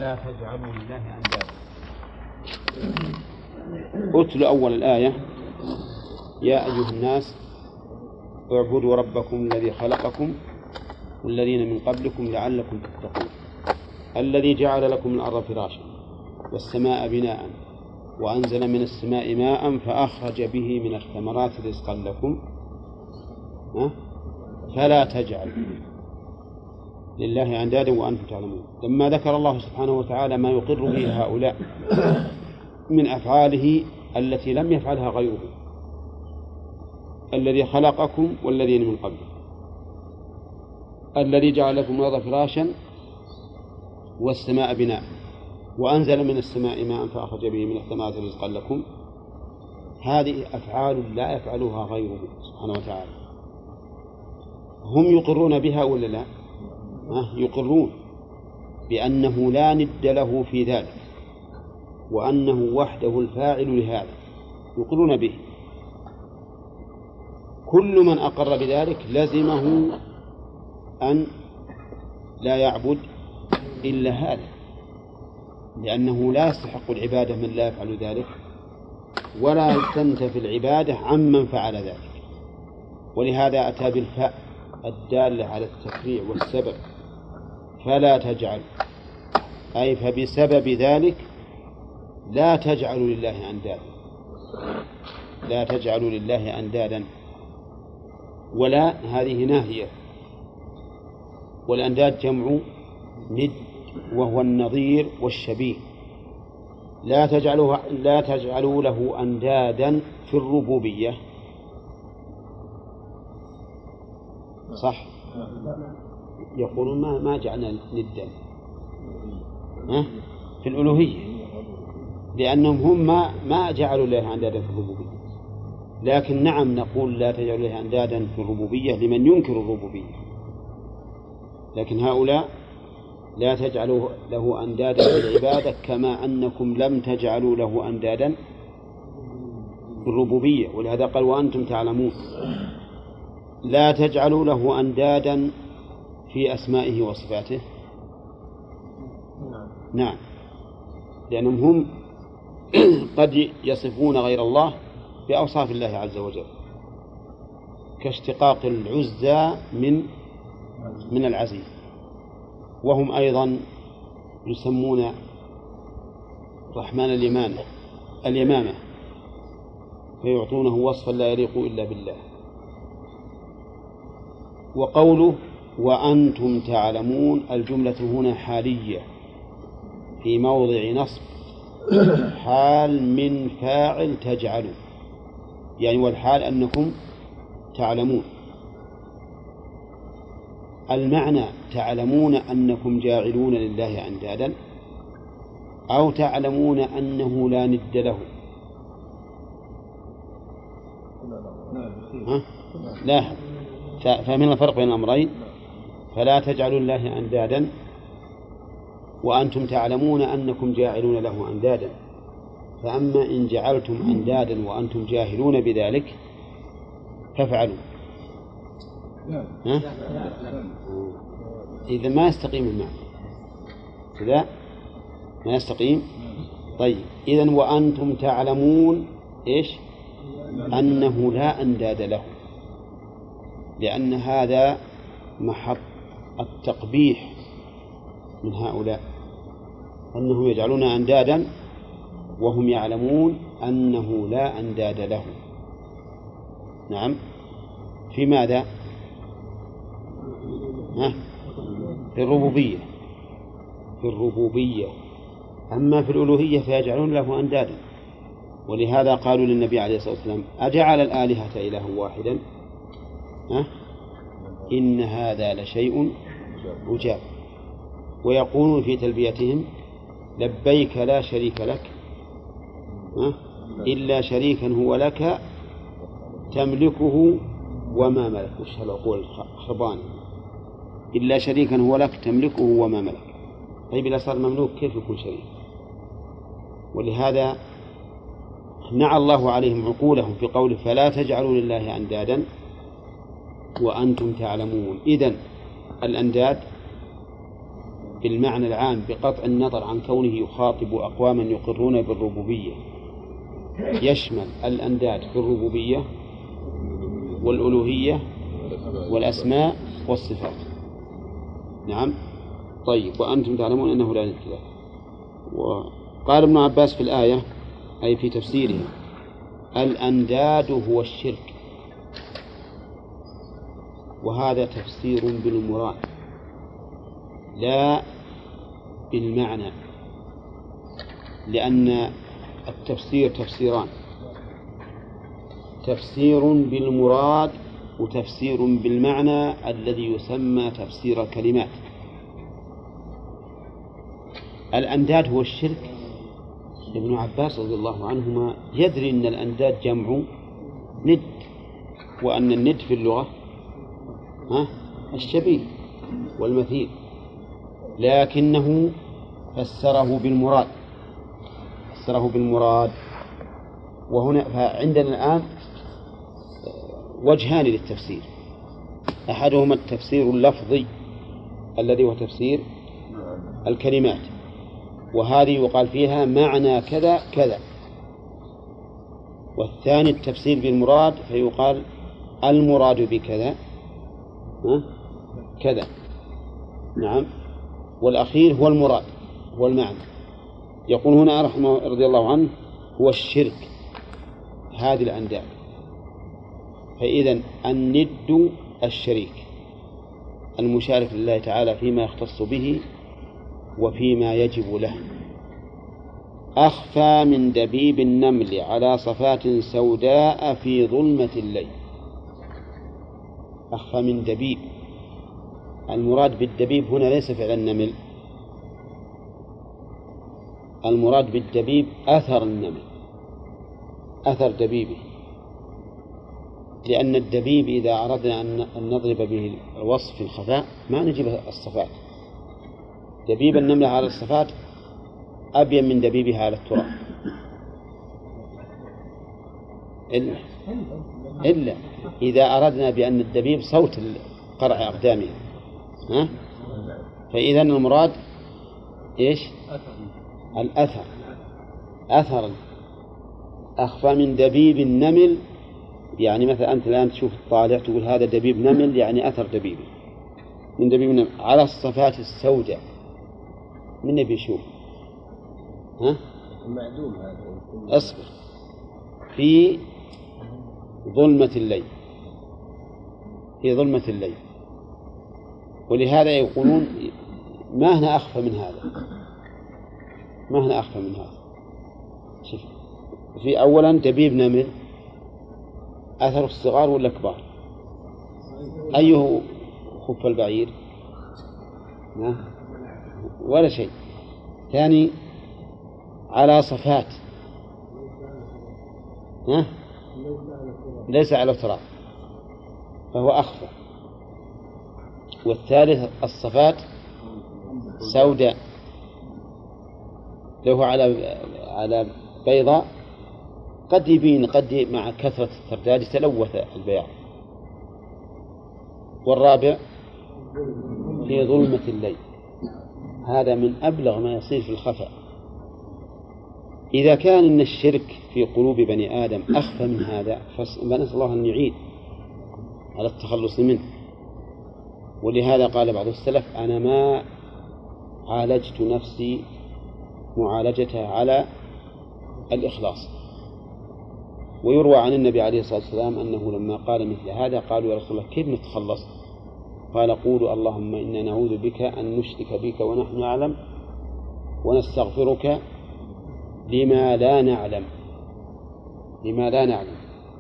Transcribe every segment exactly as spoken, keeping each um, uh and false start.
فلا تجعلوا لله أندادا. أتل أول الآية: يا أيها الناس اعبدوا ربكم الذي خلقكم والذين من قبلكم لعلكم تتقون الذي جعل لكم الأرض فراشا والسماء بناء وأنزل من السماء ماء فأخرج به من الثمرات رزقا لكم فلا تجعلوا لله أندادا وأنتم تعلمون. لما ذكر الله سبحانه وتعالى ما يقر به هؤلاء من أفعاله التي لم يفعلها غيره: الذي خلقكم والذين من قبلكم، الذي جعل لكم الأرض فراشا والسماء بناء وأنزل من السماء ماء فأخرج به من الثمرات رزقا لكم، هذه أفعال لا يفعلها غيره سبحانه وتعالى. هم يقرون بها ولا لا؟ يقرون بأنه لا ند له في ذلك وأنه وحده الفاعل لهذا، يقرون به. كل من أقر بذلك لزمه أن لا يعبد إلا هذا، لأنه لا يستحق العبادة من لا يفعل ذلك، ولا تنتفي العبادة عمن فعل ذلك. ولهذا أتى بالفاء الدالة على التفريع والسبب: فلا تجعل، أي فبسبب ذلك لا تجعلوا لله أندادا، لا تجعلوا لله أندادا. ولا هذه ناهية، والأنداد جمع ند وهو النظير والشبيه. لا تجعلوا لا تجعلوا له أندادا في الربوبية، صح؟ يقولون ما ما جعلنا ندا في الألوهية، لأنهم هم ما ما جعلوا له أندادا في الربوبية. لكن نعم نقول لا تجعلوا له أندادا في الربوبية لمن ينكر الربوبية، لكن هؤلاء لا تجعلوا له أندادا في العبادة كما أنكم لم تجعلوا له أندادا في الربوبية. ولهذا قال وأنتم تعلمون. لا تجعلوا له أندادا في أسمائه وصفاته، نعم، لأنهم هم قد يصفون غير الله بأوصاف الله عز وجل، كاشتقاق العزى من من العزيز. وهم أيضا يسمون الرحمن اليمامة اليمامة فيعطونه وصفا لا يليق إلا بالله. وقوله وأنتم تعلمون، الجملة هنا حالية في موضع نصب، حال من فاعل تجعلوا، يعني والحال أنكم تعلمون. المعنى تعلمون أنكم جاعلون لله أندادا، أو تعلمون أنه لا ند له؟ ها؟ لا، فمن الفرق بين الأمرين: فلا تجعلوا الله أندادا وأنتم تعلمون أنكم جاعلون له أندادا. فأما إن جعلتم أندادا وأنتم جاهلون بذلك فافعلوا. ها؟ إذا ما يستقيم المعنى، إذا ما يستقيم. طيب، إذن وأنتم تعلمون إيش؟ أنه لا أنداد له، لأن هذا محط التقبيح من هؤلاء، أنهم يجعلون أندادا وهم يعلمون أنه لا أنداد له. نعم، في ماذا؟ ها؟ في الربوبية، في الربوبية. أما في الألوهية فيجعلون له أندادا. ولهذا قالوا للنبي عليه الصلاة والسلام أجعل الآلهة إلها واحدا؟ ها؟ إن هذا لشيء عجاب. ويقولون في تلبيتهم لبيك لا شريك لك ها؟ إلا شريكا هو لك تملكه وما ملك. وش هالعقول الخربان؟ إلا شريكا هو لك تملكه وما ملك. طيب إذا صار مملوك كيف يكون شريك؟ ولهذا نعى الله عليهم عقولهم في قوله فلا تجعلوا لله أندادا وأنتم تعلمون. إذن الأنداد بالمعنى العام بقطع النظر عن كونه يخاطب أقواما يقرون بالربوبية يشمل الأنداد في الربوبية والألوهية والأسماء والصفات. نعم. طيب، وأنتم تعلمون أنه لا ند له. وقال ابن عباس في الآية أي في تفسيره: الأنداد هو الشرك. وهذا تفسير بالمراد لا بالمعنى، لأن التفسير تفسيران: تفسير بالمراد وتفسير بالمعنى الذي يسمى تفسير الكلمات. الأنداد هو الشرك. ابن عباس رضي الله عنهما يدري أن الأنداد جمع ند، وأن الند في اللغة ها الشبيه والمثيل، لكنه فسره بالمراد فسره بالمراد وهنا فعندنا الآن وجهان للتفسير: أحدهما التفسير اللفظي الذي هو تفسير الكلمات، وهذه يقال فيها معنى كذا كذا. والثاني التفسير بالمراد، فيقال المراد بكذا كذا. نعم. والأخير هو المراد، هو المعنى. يقول هنا رحمه رضي الله عنه: هو الشرك هذه الأنداد. فإذا الند الشريك المشارك لله تعالى فيما يختص به وفيما يجب له. أخفى من دبيب النمل على صفات سوداء في ظلمة الليل. أخفى من دبيب، المراد بالدبيب هنا ليس فعل النمل، المراد بالدبيب أثر النمل، أثر دبيبه، لأن الدبيب إذا أردنا أن نضرب به الوصف في الخفاء ما نجيب الصفات. دبيب النملة على الصفات أبين من دبيبها على التراب، إلا, إلا إذا أردنا بأن الدبيب صوت قرع أقدامها، ها؟ فإذا المراد إيش؟ الأثر، أثر. أخفى من دبيب النمل، يعني مثلا أنت الآن تشوف الطالع تقول هذا دبيب نمل، يعني أثر دبيبه من دبيب النمل على الصفات السوداء. من نبي يشوف؟ ها؟ معدوم هذا. أصبر. في ظلمة الليل، في ظلمة الليل. ولهذا يقولون ما هنا أخفى من هذا، ما هنا أخفى من هذا. شوف، في أولا دبيب نمل أثر الصغار ولا كبار؟ أيه خف البعير؟ ولا شيء. ثاني على صفات، ها؟ ليس على تراب فهو أخفى. والثالث الصفات سوداء، له على على بيضاء قد يبين قد مع كثرة الترداد تلوث البياض. والرابع في ظلمة الليل، هذا من أبلغ ما يصير في الخفاء. إذا كان إن الشرك في قلوب بني آدم أخفى من هذا فنسأل الله أن يعين على التخلص منه. ولهذا قال بعض السلف: أنا ما عالجت نفسي معالجتها على الإخلاص. ويروى عن النبي عليه الصلاة والسلام أنه لما قال مثل هذا قالوا: يا رسول الله كيف نتخلص؟ قال: قولوا اللهم إنا نعوذ بك أن نشرك بك ونحن نعلم، ونستغفرك لما لا نعلم. لما لا نعلم،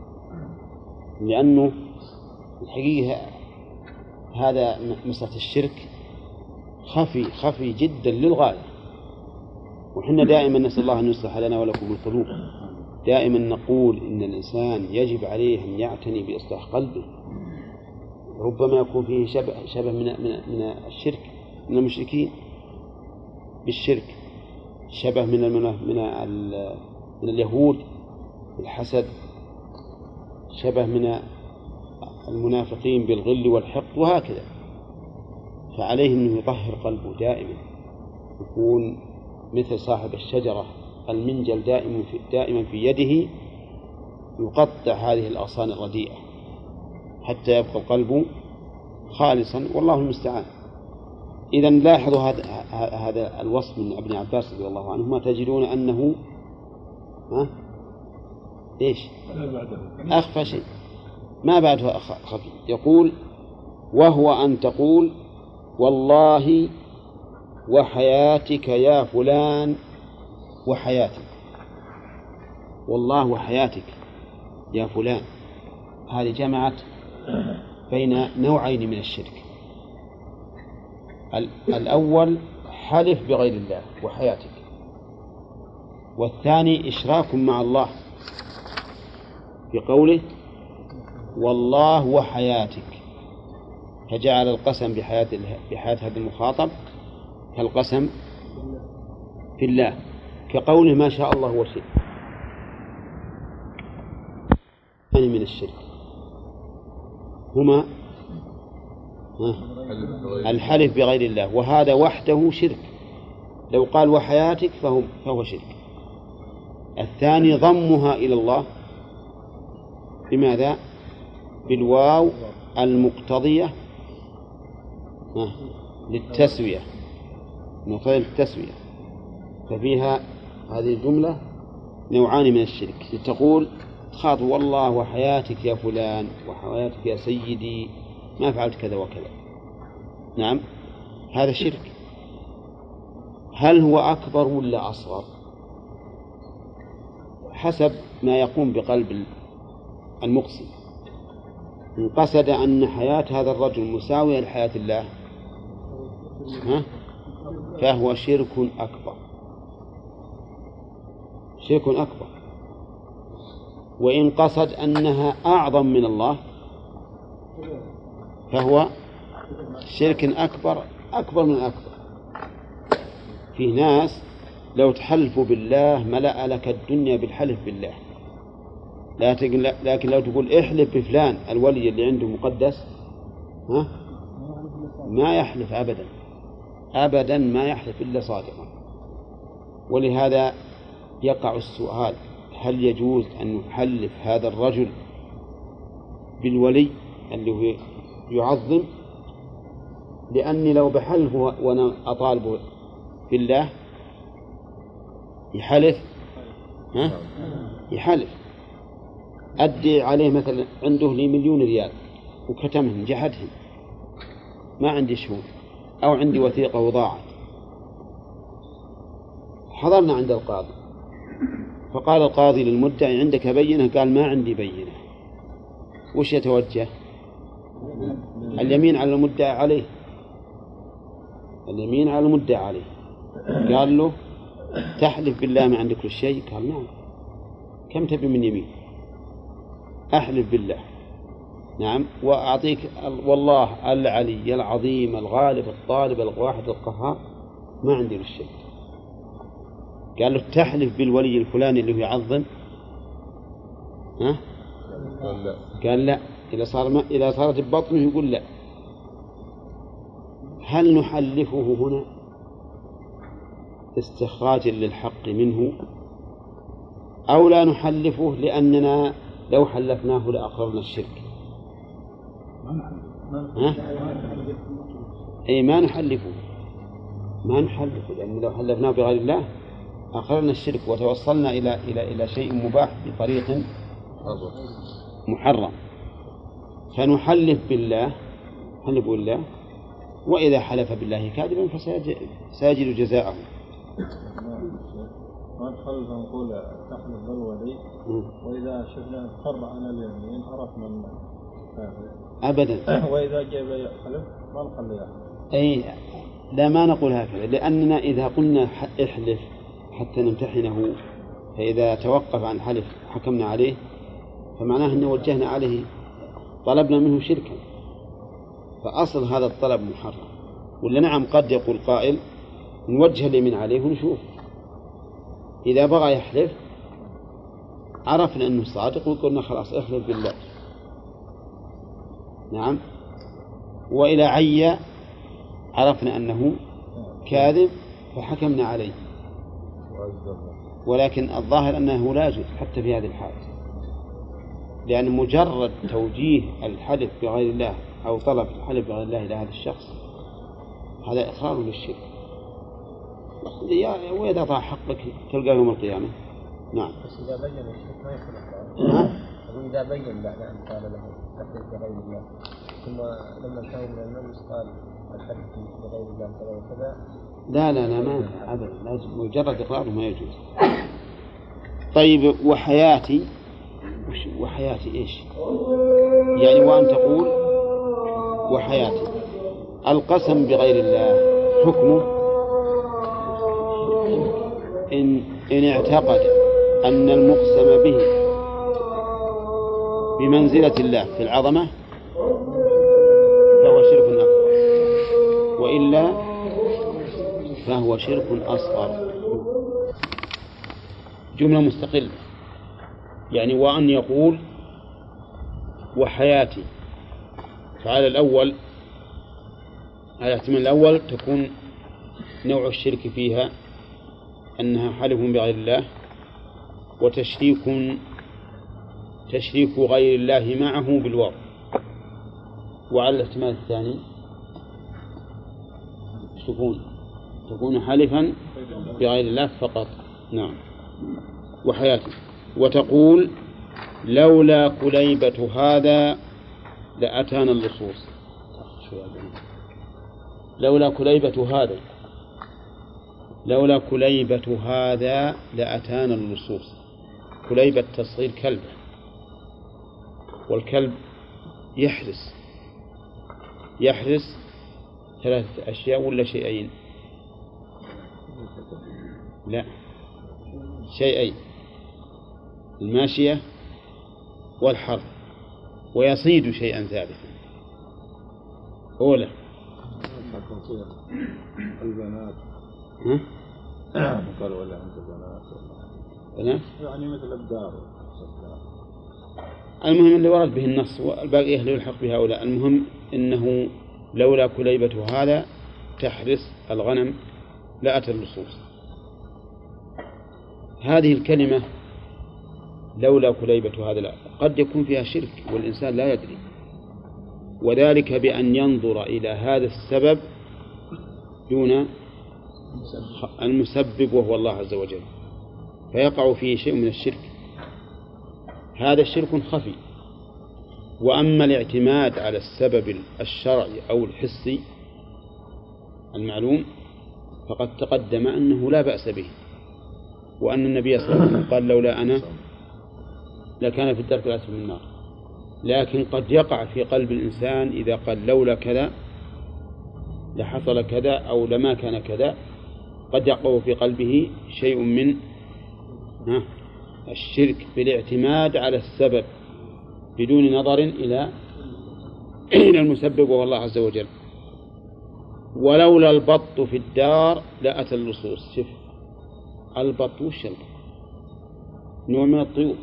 لأنه الحقيقة هذا مسألة الشرك خفي خفي جدا للغاية. وحنا دائما نسأل الله أن يصلح لنا ولكم القلوب. دائما نقول إن الإنسان يجب عليه أن يعتني بإصلاح قلبه. ربما يكون فيه شبه, شبه من, من, من الشرك، من المشركين بالشرك، شبه من من من اليهود بالحسد، شبه من المنافقين بالغل والحقد، وهكذا. فعليه أنه يطهر قلبه دائما يكون مثل صاحب الشجرة المنجل دائما في, دائما في يده يقطع هذه الأغصان الرديئة حتى يبقى القلب خالصا، والله المستعان. إذن لاحظوا هذا هذا الوصف من ابن عباس رضي الله عنهما، تجدون أنه ها إيش أخفى شيء، ما بعده خفي. يقول: وهو أن تقول والله وحياتك يا فلان وحياتك، والله وحياتك يا فلان، هذه جمعت بين نوعين من الشرك. الأول حلف بغير الله وحياتك، والثاني إشراك مع الله بقوله والله وحياتك، فجعل القسم بحياة بحياة هذا المخاطب كالقسم في الله، كقوله ما شاء الله وشئت. يعني من الشرك هما الحلف بغير الله، وهذا وحده شرك، لو قال وحياتك فهو, فهو شرك. الثاني ضمها إلى الله بماذا؟ بالواو المقتضية للتسوية، مقتضية للتسوية، ففيها هذه الجملة نوعان من الشرك. تقول تخاطب والله وحياتك يا فلان وحياتك يا سيدي ما فعلت كذا وكذا، نعم هذا شرك. هل هو أكبر ولا أصغر؟ حسب ما يقوم بقلب المقسم. إن قصد أن حياة هذا الرجل مساوية لحياة الله ها؟ فهو شرك أكبر، شرك أكبر. وإن قصد أنها أعظم من الله فهو شرك أكبر أكبر من أكبر. في ناس لو تحلفوا بالله ملأ لك الدنيا بالحلف بالله، لكن لو تقول احلف بفلان الولي اللي عنده مقدس ها؟ ما يحلف أبدا أبدا، ما يحلف إلا صادقا. ولهذا يقع السؤال: هل يجوز أن يحلف هذا الرجل بالولي اللي هو يعظم؟ لأني لو بحلفه وأنا أطالبه بالله يحلف ها؟ يحلف. أدي عليه مثلا عنده لي مليون ريال وكتمهم جحدهم، ما عندي شهود، أو عندي وثيقة وضاعت، حضرنا عند القاضي فقال القاضي للمدعي عندك بينة؟ قال ما عندي بينة. وش يتوجه؟ اليمين على المدعي عليه، اليمين على المدعي عليه. قال له تحلف بالله ما عندك شيء؟ قال نعم. كم تبي من يمين؟ أحلف بالله نعم، وأعطيك والله العلي العظيم الغالب الطالب الواحد القهار ما عندي للشيء. قال له تحلف بالولي الفلاني اللي هو يعظم ها؟ قال لا. إذا صار ما إذا صارت ببطنه يقول لا. هل نحلفه هنا استخراجا للحق منه، أو لا نحلفه لأننا لو حلفناه لأقررنا الشرك؟ ها؟ أي ما نحلفه ما نحلفه لأن لو حلفناه بغير الله أقررنا الشرك وتوصلنا إلى إلى إلى شيء مباح بطريق محرم. فنحلف بالله، حلف بالله، وإذا حلف بالله كاذبا فسيجد جزاءه. ما نخلف نقول تحلف بالولي وإذا شفنا قر على اليمين عرفنا من أبدا. وإذا جاب يحلف ما نخليه. أي لا، ما نقول هكذا، لأننا إذا قلنا احلف حتى نمتحنه فإذا توقف عن حلف حكمنا عليه فمعناه أنه وجهنا عليه، طلبنا منه شركا، فأصل هذا الطلب محرم. ولا نعم قد يقول قائل نوجه اليمين عليه ونشوف، إذا بغى يحلف عرفنا أنه صادق وقلنا خلاص احلف بالله نعم، وإلى عيا عرفنا أنه كاذب فحكمنا عليه، ولكن الظاهر أنه لا يجوز حتى في هذه الحال، لأن مجرد توجيه الحلف بغير الله أو طلب الحلف بغير الله إلى هذا الشخص هذا إقرار للشرك، وإذا ضاع حقك تلقى يوم القيامة. نعم. بس إذا بين الشرك ما يكون إقرار. وإذا بين لا نعم قال له الحلف بغير الله، ثم لما انتهوا من المجلس قال الحلف بغير الله كذا وكذا. لا لا لا ما ينفع أبدا، لازم مجرد إقرار ما يجوز. طيب وحياتي، وحياتي إيش؟ يعني وأن تقول وحياتي، القسم بغير الله حكمه إن إن اعتقد أن المقسم به بمنزلة الله في العظمة فهو شرك أكبر، وإلا فهو شرك أصغر. جملة مستقلة، يعني وأن يقول وحياتي، فعلى الأول على الاحتمال الأول تكون نوع الشرك فيها أنها حلف بغير الله وتشريك تشريك غير الله معه بالواو. وعلى الاحتمال الثاني تكون تكون حلفا بغير الله فقط. نعم. وحياتي، وتقول لولا كليبة هذا لأتانا اللصوص. لولا كليبة هذا لولا كليبة هذا لأتانا اللصوص. كليبة تصغير كلب، والكلب يحرس يحرس ثلاثة أشياء ولا شيئين؟ لا، شيئين: الماشية والحرث، ويصيد شيئا ثالثا. أولا البنات. ها؟ قال ولا أنت بنات بنات يعني مثل الدار. المهم اللي ورد به النص، والباقي أهل يلحق بهؤلاء. المهم إنه لولا كليبة هذا تحرس الغنم لأتى اللصوص. هذه الكلمة لولا كليبة هذا لا قد يكون فيها شرك والإنسان لا يدري، وذلك بأن ينظر إلى هذا السبب دون المسبب وهو الله عز وجل، فيقع فيه شيء من الشرك. هذا الشرك خفي. وأما الاعتماد على السبب الشرعي أو الحسي المعلوم فقد تقدم أنه لا بأس به، وأن النبي صلى الله عليه وسلم قال لولا أنا لكان في الدرك الأسفل من النار. لكن قد يقع في قلب الإنسان إذا قال لولا كذا لحصل كذا أو لما كان كذا، قد يقع في قلبه شيء من الشرك بالاعتماد على السبب بدون نظر إلى إلى المسبب وهو الله عز وجل. ولولا البط في الدار لأتى اللصوص. شوف البط وش البط؟ نوع من الطيور،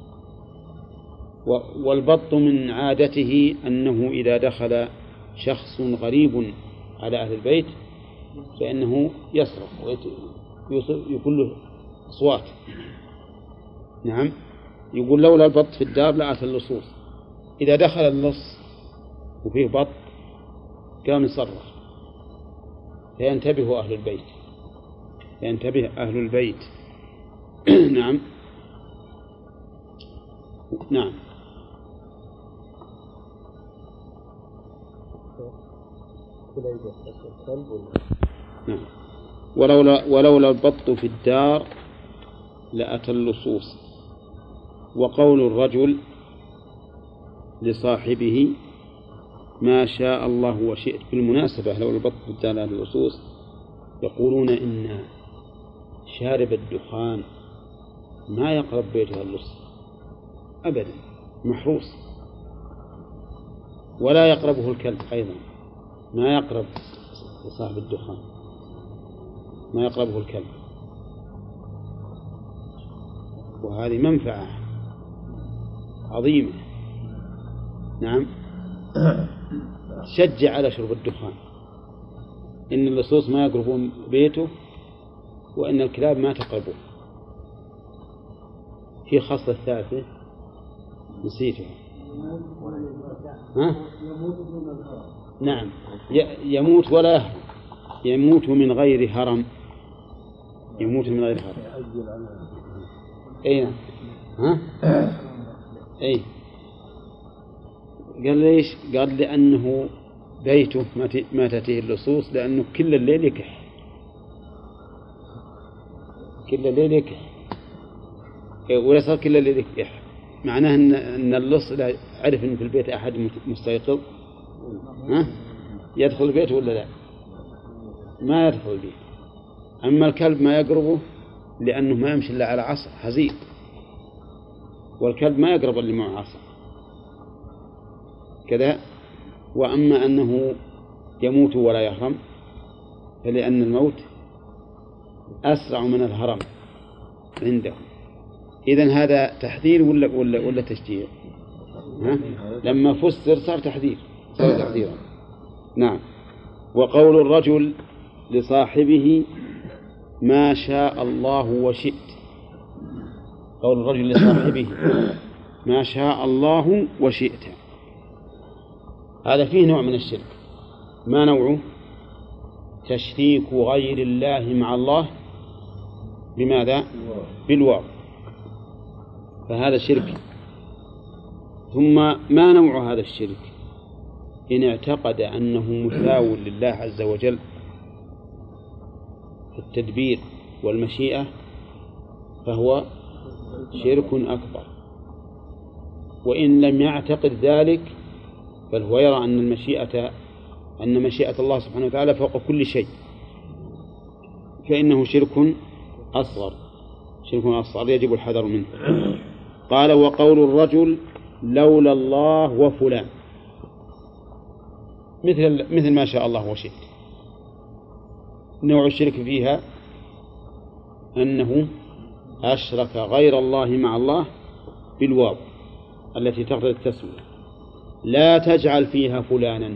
والبط من عادته أنه إذا دخل شخص غريب على أهل البيت فإنه يصرخ ويقول له أصوات. نعم. يقول لولا البط في الدار لأتى اللصوص. إذا دخل اللص وفيه بط قام يصرخ فينتبه أهل البيت ينتبه أهل البيت نعم. نعم. نعم. ولولا ولولا البط في الدار لأتى اللصوص. وقول الرجل لصاحبه ما شاء الله وشئت. بالمناسبة لولا البط في الدار لأتى اللصوص يقولون إن شارب الدخان ما يقرب بيته اللص أبدا، محروس. ولا يقربه الكلب أيضا، ما يقرب لصاحب الدخان، ما يقربه الكلب. وهذه منفعة عظيمة. نعم. تشجع على شرب الدخان. إن اللصوص ما يقربون بيته وإن الكلاب ما تقربون. في خصلة الثالثة نسيتها. ها؟ نعم، يموت ولا يهرم، يموت من غير هرم، يموت من غير هرم. أي نعم. ها؟ أي قال ليش؟ قال لأنه بيته ما تأتيه اللصوص، لأنه كل الليل يكح، كل الليل يكح، ولا صار كل الليل يكح، معناه أن أن اللص لا عرف أن في البيت أحد مستيقظ، ها؟ يدخل البيت ولا لا؟ ما يدخل البيت. أما الكلب ما يقربه لأنه ما يمشي إلا على عصا حزين، والكلب ما يقرب اللي معه عصا كذا. وأما أنه يموت ولا يهرم فلأن الموت أسرع من الهرم عنده. إذن هذا تحذير ولا ولا ولا تشجيع؟ ها؟ لما فسر صار تحذير، صار تحذيرا. نعم. وقول الرجل لصاحبه ما شاء الله وشئت، قول الرجل لصاحبه ما شاء الله وشئت، هذا فيه نوع من الشرك. ما نوعه؟ تشريك غير الله مع الله بماذا؟ بالواو، فهذا شرك. ثم ما نوع هذا الشرك؟ إن اعتقد أنه مساو لله عز وجل في التدبير والمشيئة فهو شرك أكبر، وإن لم يعتقد ذلك بل هو يرى أن المشيئة أن مشيئة الله سبحانه وتعالى فوق كل شيء فإنه شرك أصغر، شرك أصغر يجب الحذر منه. قال وقول الرجل لولا الله وفلان، مثل مثل ما شاء الله وشئت. نوع الشرك فيها أنه أشرك غير الله مع الله بالواو التي تقتضي التسوية. لا تجعل فيها فلانا،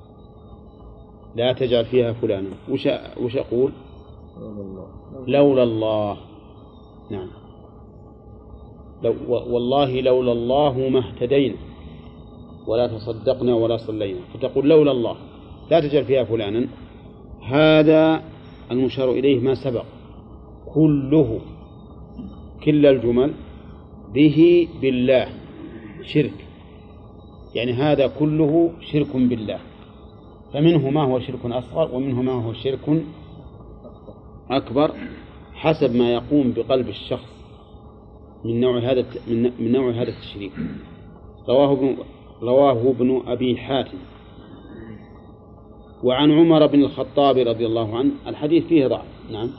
لا تجعل فيها فلانا. وش وش أقول؟ لولا الله. نعم. لو والله لولا الله ما اهتدينا ولا تصدقنا ولا صلينا، فتقول لولا الله، لا تجعل فيها فلانا. هذا المشار إليه ما سبق كله، كل الجمل به بالله شرك، يعني هذا كله شرك بالله، فمنه ما هو شرك أصغر ومنه ما هو شرك أكبر حسب ما يقوم بقلب الشخص من نوع هذا من نوع هذا التشريك. رواه ابن رواه ابن أبي حاتم. وعن عمر بن الخطاب رضي الله عنه، الحديث فيه ضعف. نعم.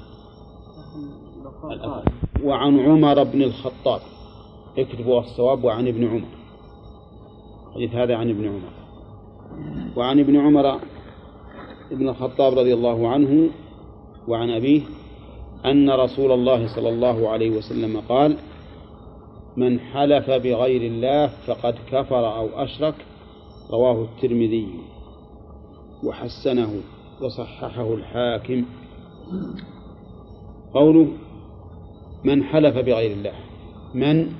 وعن عمر بن الخطاب، اكتبوا الصواب وعن ابن عمر، الحديث هذا عن ابن عمر. وعن ابن عمر ابن الخطاب رضي الله عنه وعن أبيه أن رسول الله صلى الله عليه وسلم قال من حلف بغير الله فقد كفر أو أشرك. رواه الترمذي وحسنه وصححه الحاكم. قوله من حلف بغير الله، من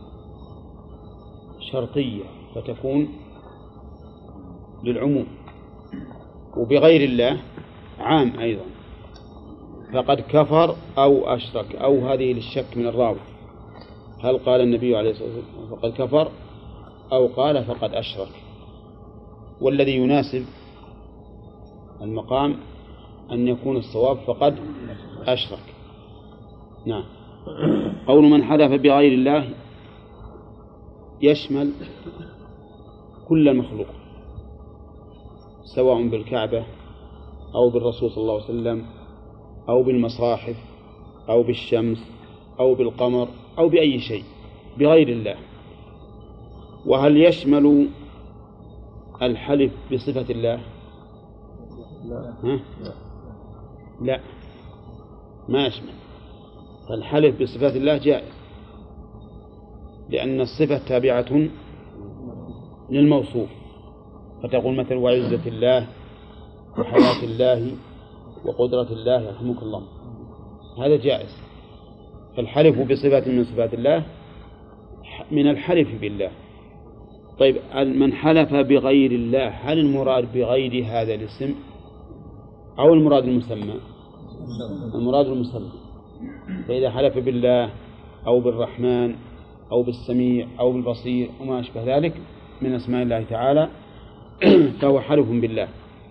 شرطية فتكون للعموم، وبغير الله عام أيضا، فقد كفر أو أشرك، أو هذه للشك من الراوي، هل قال النبي عليه الصلاة والسلام فقد كفر أو قال فقد أشرك؟ والذي يناسب المقام أن يكون الصواب فقد أشرك. نعم. قول من حلف بغير الله يشمل كل المخلوق، سواء بالكعبة أو بالرسول صلى الله عليه وسلم أو بالمصاحف أو بالشمس أو بالقمر أو بأي شيء بغير الله. وهل يشمل الحلف بصفة الله؟ ها؟ لا، ما يشمل. فالحلف بصفات الله جائز، لأن الصفة تابعة للموصوف، فتقول مثل وعزة الله وحياة الله وقدرة الله، يرحمك الله، هذا جائز. فالحلف بصفة من صفات الله من الحلف بالله. طيب من حلف بغير الله، هل المراد بغير هذا الاسم أو المراد المسمى؟ المراد المسمى. فإذا حلف بالله أو بالرحمن أو بالسميع أو بالبصير وما أشبه ذلك من أسماء الله تعالى فهو حلف بالله.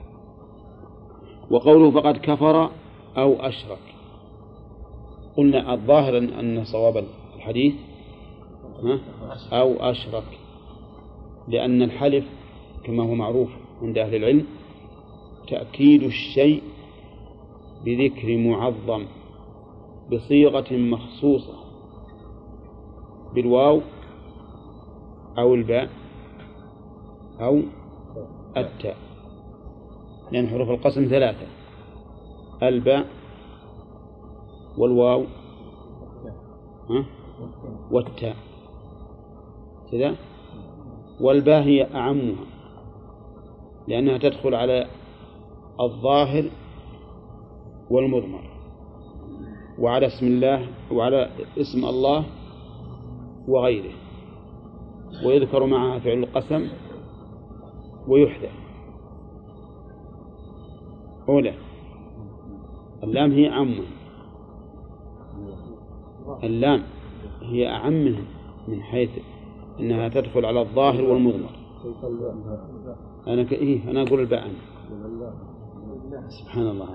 وقوله فقد كفر أو أشرك، قلنا الظاهر أن صواب الحديث أو أشرك، لأن الحلف كما هو معروف عند أهل العلم تأكيد الشيء بذكر معظم بصيغة مخصوصة بالواو أو الباء أو التاء، لأن حروف القسم ثلاثة: الباء والواو والتاء كذا. والباء هي أعمها لأنها تدخل على الظاهر والمضمر وعلى اسم الله وعلى اسم الله وغيره، ويذكر معها فعل القسم ويحدث. أولى اللام هي أعمها، اللام هي أعمها من حيث أنها تدخل على الظاهر والمضمر. أنا ك... إيه أنا أقول الباء سبحان الله.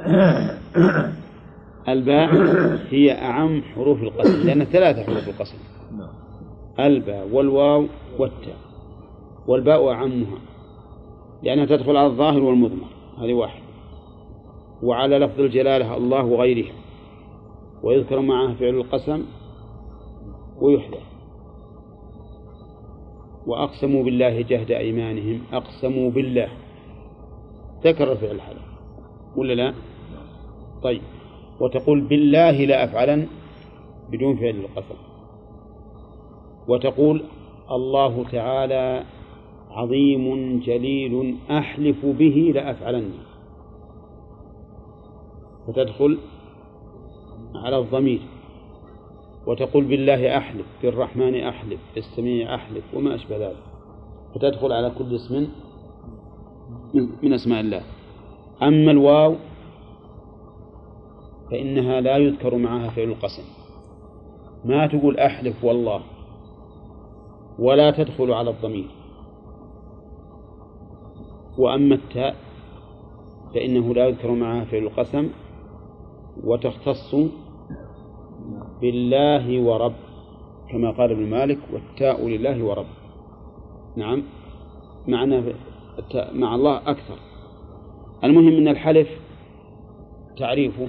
الباء هي أعم حروف القسم لأن ثلاثة حروف القسم: الباء والواو والتاء. والباء أعمها لأنها تدخل على الظاهر والمضمر، هذه واحد، وعلى لفظ الجلالة الله وغيره، ويذكر معها فعل القسم ويحدث. وأقسموا بالله جهد أيمانهم، أقسموا بالله ذكر فعل الحلف ولا لا؟ طيب، وتقول بالله لا أفعلن بدون فعل القسم، وتقول الله تعالى عظيم جليل أحلف به لا أفعلن، فتدخل على الضمير. وتقول بالله أحلف، بالرحمن أحلف، بالسميع أحلف وما أشبه ذلك، فتدخل على كل اسم من أسماء الله. أما الواو فإنها لا يذكر معها فعل القسم، ما تقول أحلف والله، ولا تدخل على الضمير. وأما التاء فإنه لا يذكر معها فعل القسم، وتختص بالله ورب كما قال ابن مالك: والتاء لله ورب. نعم، معنا مع الله أكثر. المهم أن الحلف تعريفه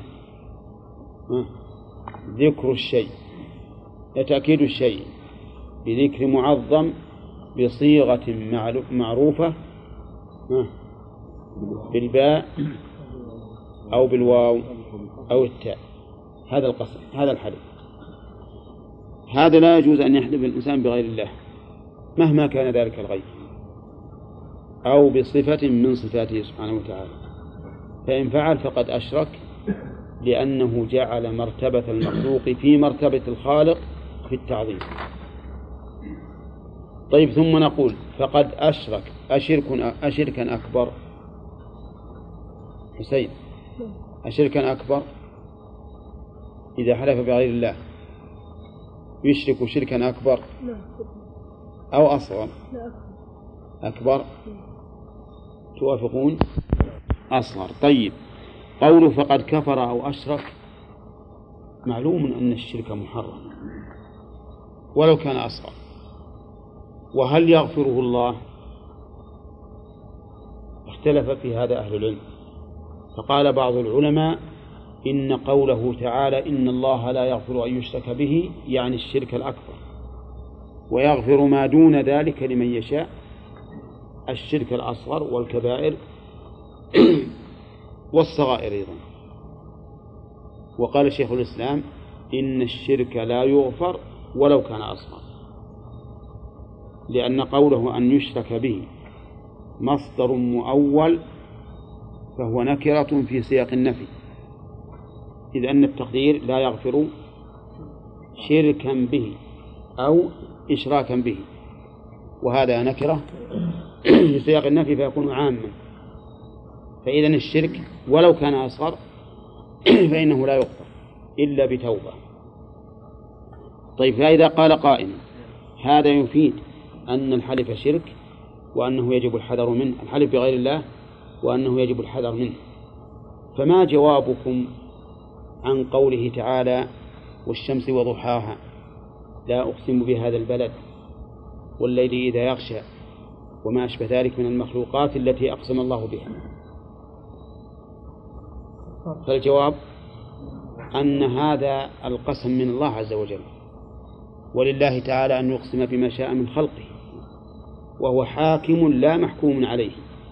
ذكر الشيء، تأكيد الشيء بذكر معظم بصيغة معروفة بالباء أو بالواو أو التاء. هذا القسم، هذا الحلف. هذا لا يجوز أن يحلف الإنسان بغير الله مهما كان ذلك الغير أو بصفة من صفاته سبحانه وتعالى، فإن فعل فقد أشرك، لأنه جعل مرتبة المخلوق في مرتبة الخالق في التعظيم. طيب، ثم نقول فقد أشرك أشرك أشركا أكبر؟ حسين، أشركا أكبر إذا حلف بغير الله يشرك شركا أكبر أو أصغر؟ أكبر. توافقون؟ أصغر. طيب، قوله فقد كفر أو أشرك، معلوم أن الشرك محرم ولو كان أصغر. وهل يغفره الله؟ اختلف في هذا أهل العلم، فقال بعض العلماء إن قوله تعالى إن الله لا يغفر أن يشرك به يعني الشرك الأكبر، ويغفر ما دون ذلك لمن يشاء، الشرك الأصغر والكبائر والصغائر أيضا. وقال شيخ الإسلام إن الشرك لا يغفر ولو كان أصغر، لأن قوله أن يشرك به مصدر مؤول فهو نكرة في سياق النفي، إذ أن التقدير لا يغفر شركا به أو إشراكا به، وهذا نكرة في سياق النفي فيكون عاما. فإذا الشرك ولو كان أصغر فإنه لا يغفر إلا بتوبة. طيب، فإذا قال قائل هذا يفيد أن الحلف شرك وأنه يجب الحذر منه، الحلف بغير الله وأنه يجب الحذر منه، فما جوابكم عن قوله تعالى والشمس وضحاها لا أقسم بهذا البلد والليل إذا يغشى وما أشبه ذلك من المخلوقات التي أقسم الله بها؟ فالجواب أن هذا القسم من الله عز وجل، ولله تعالى أن يقسم بما شاء من خلقه، وهو حاكم لا محكوم عليه،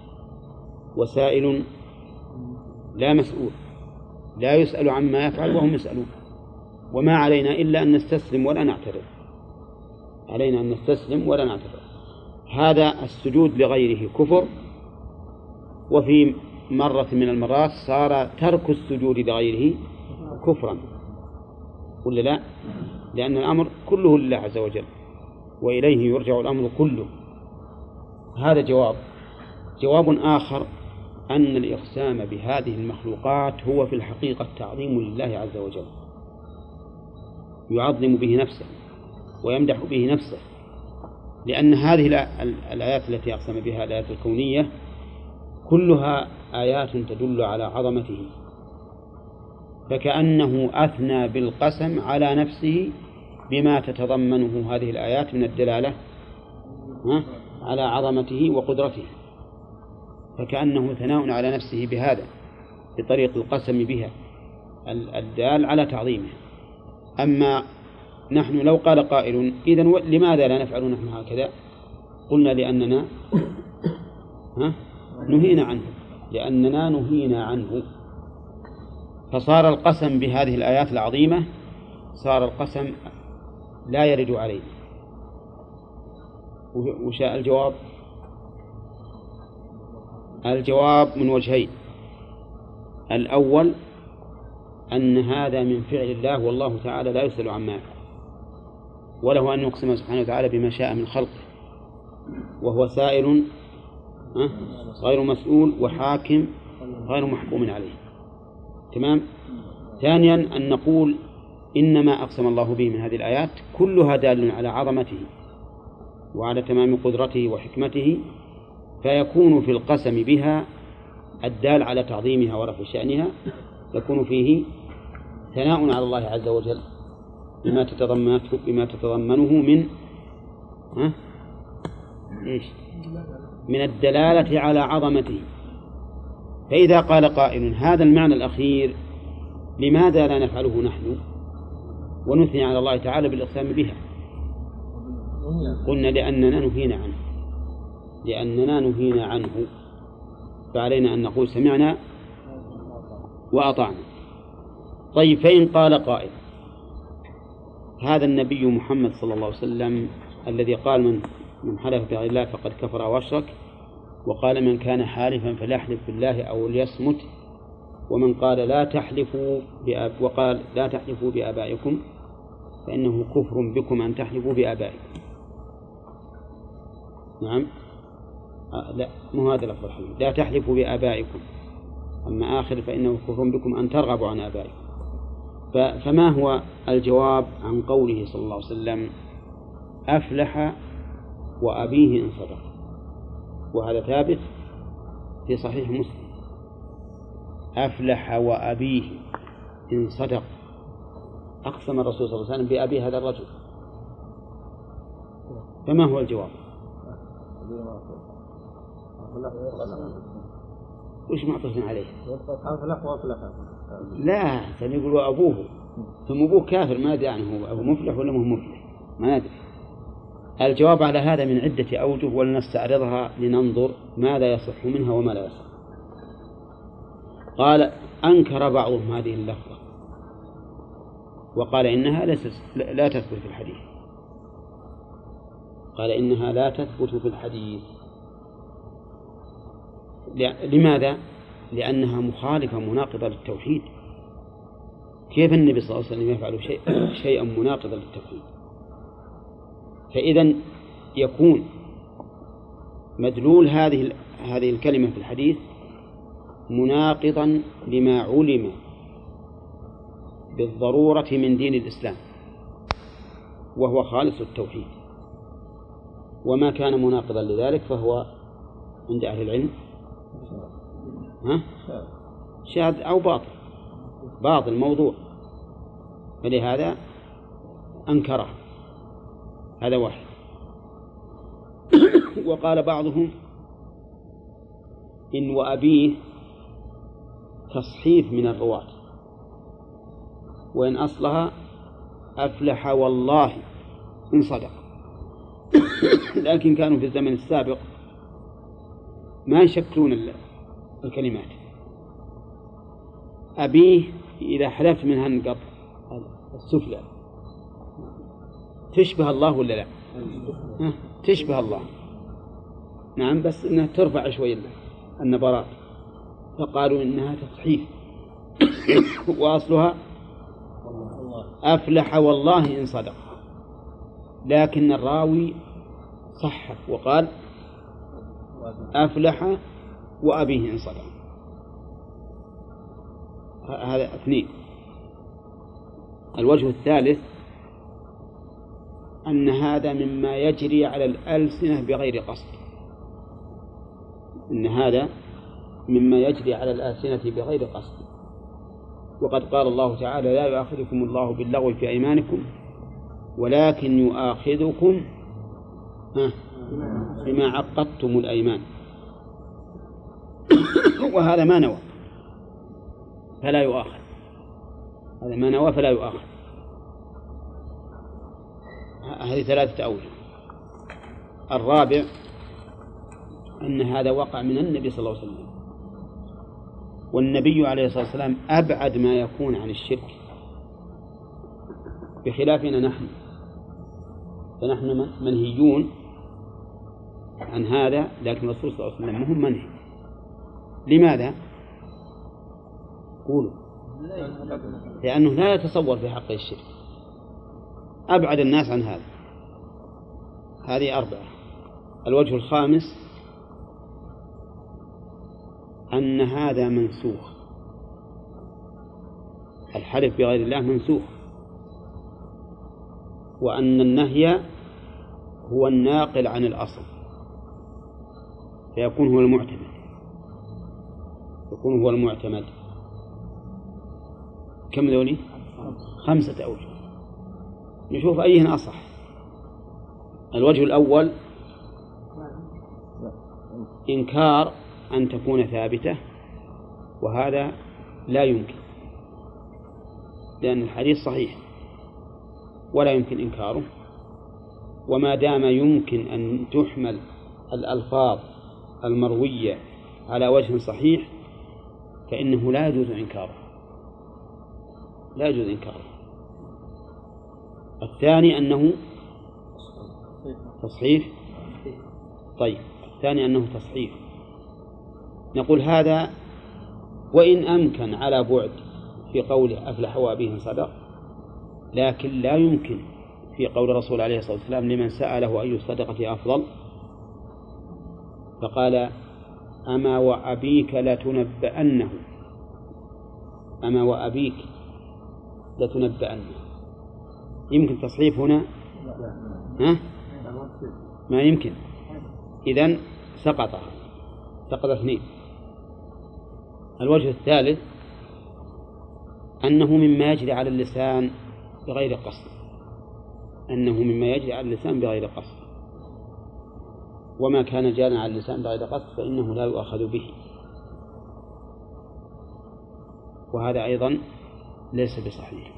وسائل لا مسؤول، لا يسأل عما يفعل وهم يسألون، وما علينا إلا أن نستسلم ولا نعترض، علينا أن نستسلم ولا نعترض. هذا السجود لغيره كفر، وفي مرة من المرات صار ترك السجود لغيره كفرا، ولا لا؟ لأن الأمر كله لله عز وجل وإليه يرجع الأمر كله. هذا جواب. جواب آخر أن الإقسام بهذه المخلوقات هو في الحقيقة تعظيم لله عز وجل، يعظم به نفسه ويمدح به نفسه، لأن هذه الآيات التي أقسم بها الآيات الكونية كلها آيات تدل على عظمته، فكأنه أثنى بالقسم على نفسه بما تتضمنه هذه الآيات من الدلالة على عظمته وقدرته، فكأنه ثناء على نفسه بهذا بطريق القسم بها الدال على تعظيمه. أما نحن لو قال قائل إذن لماذا لا نفعل نحن هكذا؟ قلنا لأننا ها نهينا عنه، لأننا نهينا عنه، فصار القسم بهذه الآيات العظيمة صار القسم لا يرد عليه. وشاء الجواب الجواب من وجهين: الأول أن هذا من فعل الله والله تعالى لا يسأل عما يفعل، وله أن يقسم سبحانه وتعالى بما شاء من خلقه، وهو سائل غير مسؤول وحاكم غير محكوم عليه. تمام. ثانيا أن نقول إنما أقسم الله به من هذه الآيات كلها دال على عظمته وعلى تمام قدرته وحكمته، فيكون في القسم بها الدال على تعظيمها ورفع شأنها يكون فيه ثناء على الله عز وجل بما تتضمنه بما تتضمنه من ها إيش من الدلالة على عظمته. فإذا قال قائل هذا المعنى الأخير لماذا لا نفعله نحن ونثني على الله تعالى بالإقسام بها؟ قلنا لأننا نهينا عنه لأننا نهينا عنه فعلينا أن نقول سمعنا وأطعنا. طيب، فإن قال قائل هذا النبي محمد صلى الله عليه وسلم الذي قال من من حلف بغير الله فقد كفر وأشرك، وقال من كان حالفا فليحلف بالله أو ليصمت، ومن قال لا تحلفوا بأب وقال لا تحلفوا بآبائكم فإنه كفر بكم أن تحلفوا بآبائكم. نعم آه لا مو هذا لفظ الحديث، لا تحلفوا بآبائكم، أما آخر فإنه كفر بكم أن ترغبوا عن آبائكم. فما هو الجواب عن قوله صلى الله عليه وسلم أفلح وأبيه إن صدق؟ وهذا ثابت في صحيح مسلم، أفلح وأبيه إن صدق. أقسم الرسول صلى الله عليه وسلم بأبي هذا الرجل، فما هو الجواب؟ وش معطوف عليه؟ أفلح وأفلح لا سنقول أبوه، ثم أبوه كافر ما أدري عنه هو أبو مفلح ولا مو مفلح ما ندري. الجواب على هذا من عدة أوجه ولنستعرضها لننظر ماذا يصح منها وما لا يصح. قال أنكر بعضهم هذه اللفظة وقال إنها لا تثبت في الحديث، قال إنها لا تثبت في الحديث. لماذا؟ لأنها مخالفة مناقضة للتوحيد، كيف النبي صلى الله عليه وسلم يفعل شيء شيئا مناقضا للتوحيد؟ فإذا يكون مدلول هذه هذه الكلمة في الحديث مناقضا لما علم بالضرورة من دين الإسلام، وهو خالص التوحيد. وما كان مناقضا لذلك فهو عند أهل العلم ها؟ شاذ أو باطل، باطل موضوع، فلهذا أنكره. هذا واحد. وقال بعضهم إن وأبيه تصحيف من الرواة، وإن أصلها أفلح والله إن صدق. لكن كانوا في الزمن السابق ما يشكلون الكلمات. أبيه إذا حلفت منها انقط السفلى تشبه الله ولا لا؟ تشبه الله، نعم، بس إنها ترفع شوي النبرات، فقالوا إنها تصحيف. وأصلها أفلح والله إن صدق، لكن الراوي صحف وقال أفلح وأبيه إن صدق. هذا اثنين. الوجه الثالث أن هذا مما يجري على الألسنة بغير قصد، إن هذا مما يجري على الألسنة بغير قصد. وقد قال الله تعالى لا يؤاخذكم الله باللغو في أيمانكم ولكن يؤاخذكم بما عقدتم الأيمان. وهذا ما نوى فلا يؤاخذ، هذا ما نوى فلا يؤاخذ. هذه ثلاثة أوجه. الرابع أن هذا وقع من النبي صلى الله عليه وسلم، والنبي عليه الصلاة والسلام أبعد ما يكون عن الشرك بخلافنا نحن، فنحن منهيون عن هذا، لكن الرسول صلى الله عليه وسلم هم منهي. لماذا؟ قولوا. لأنه لا يتصور في حق الشرك، أبعد الناس عن هذا. هذه أربعة. الوجه الخامس أن هذا منسوخ، الحلف بغير الله منسوخ، وأن النهي هو الناقل عن الأصل، فيكون هو المعتمد، يكون هو المعتمد. كم ذولي؟ خمسة أوجه. نشوف أيهن أصح. الوجه الأول إنكار أن تكون ثابتة، وهذا لا يمكن، لأن الحديث صحيح ولا يمكن إنكاره. وما دام يمكن أن تحمل الألفاظ المروية على وجه صحيح فإنه لا يجوز إنكاره، لا يجوز إنكاره. الثاني أنه تصحيح. طيب، الثاني أنه تصحيح. نقول هذا وإن أمكن على بعد في قوله أفلح وأبيه صدق، لكن لا يمكن في قول الرسول عليه الصلاة والسلام لمن سأله أي الصدقة أفضل فقال أما وأبيك لتنبأنه، أما وأبيك لتنبأنه. يمكن تصحيف هنا؟ ها؟ ما يمكن. إذن سقط سقط اثنين. الوجه الثالث أنه مما يجري على اللسان بغير قصد، أنه مما يجري على اللسان بغير قصد، وما كان جارا على اللسان بغير قصد فإنه لا يؤخذ به. وهذا أيضا ليس بصحيح،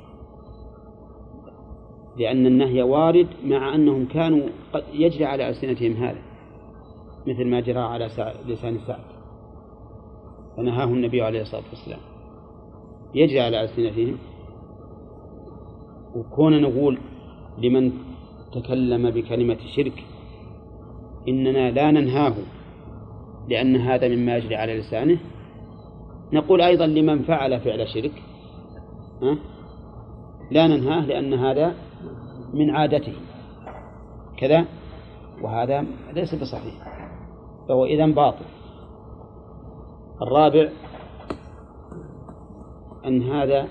لأن النهي وارد مع أنهم كانوا قد يجري على ألسنتهم هذا، مثل ما جرى على لسان سعد فنهاه النبي عليه الصلاة والسلام، يجري على ألسنتهم. وكون نقول لمن تكلم بكلمة شرك إننا لا ننهاه لأن هذا مما يجري على لسانه، نقول أيضا لمن فعل فعل شرك لا ننهاه لأن هذا من عادته كذا، وهذا ليس بصحيح، فهو إذن باطل. الرابع أن هذا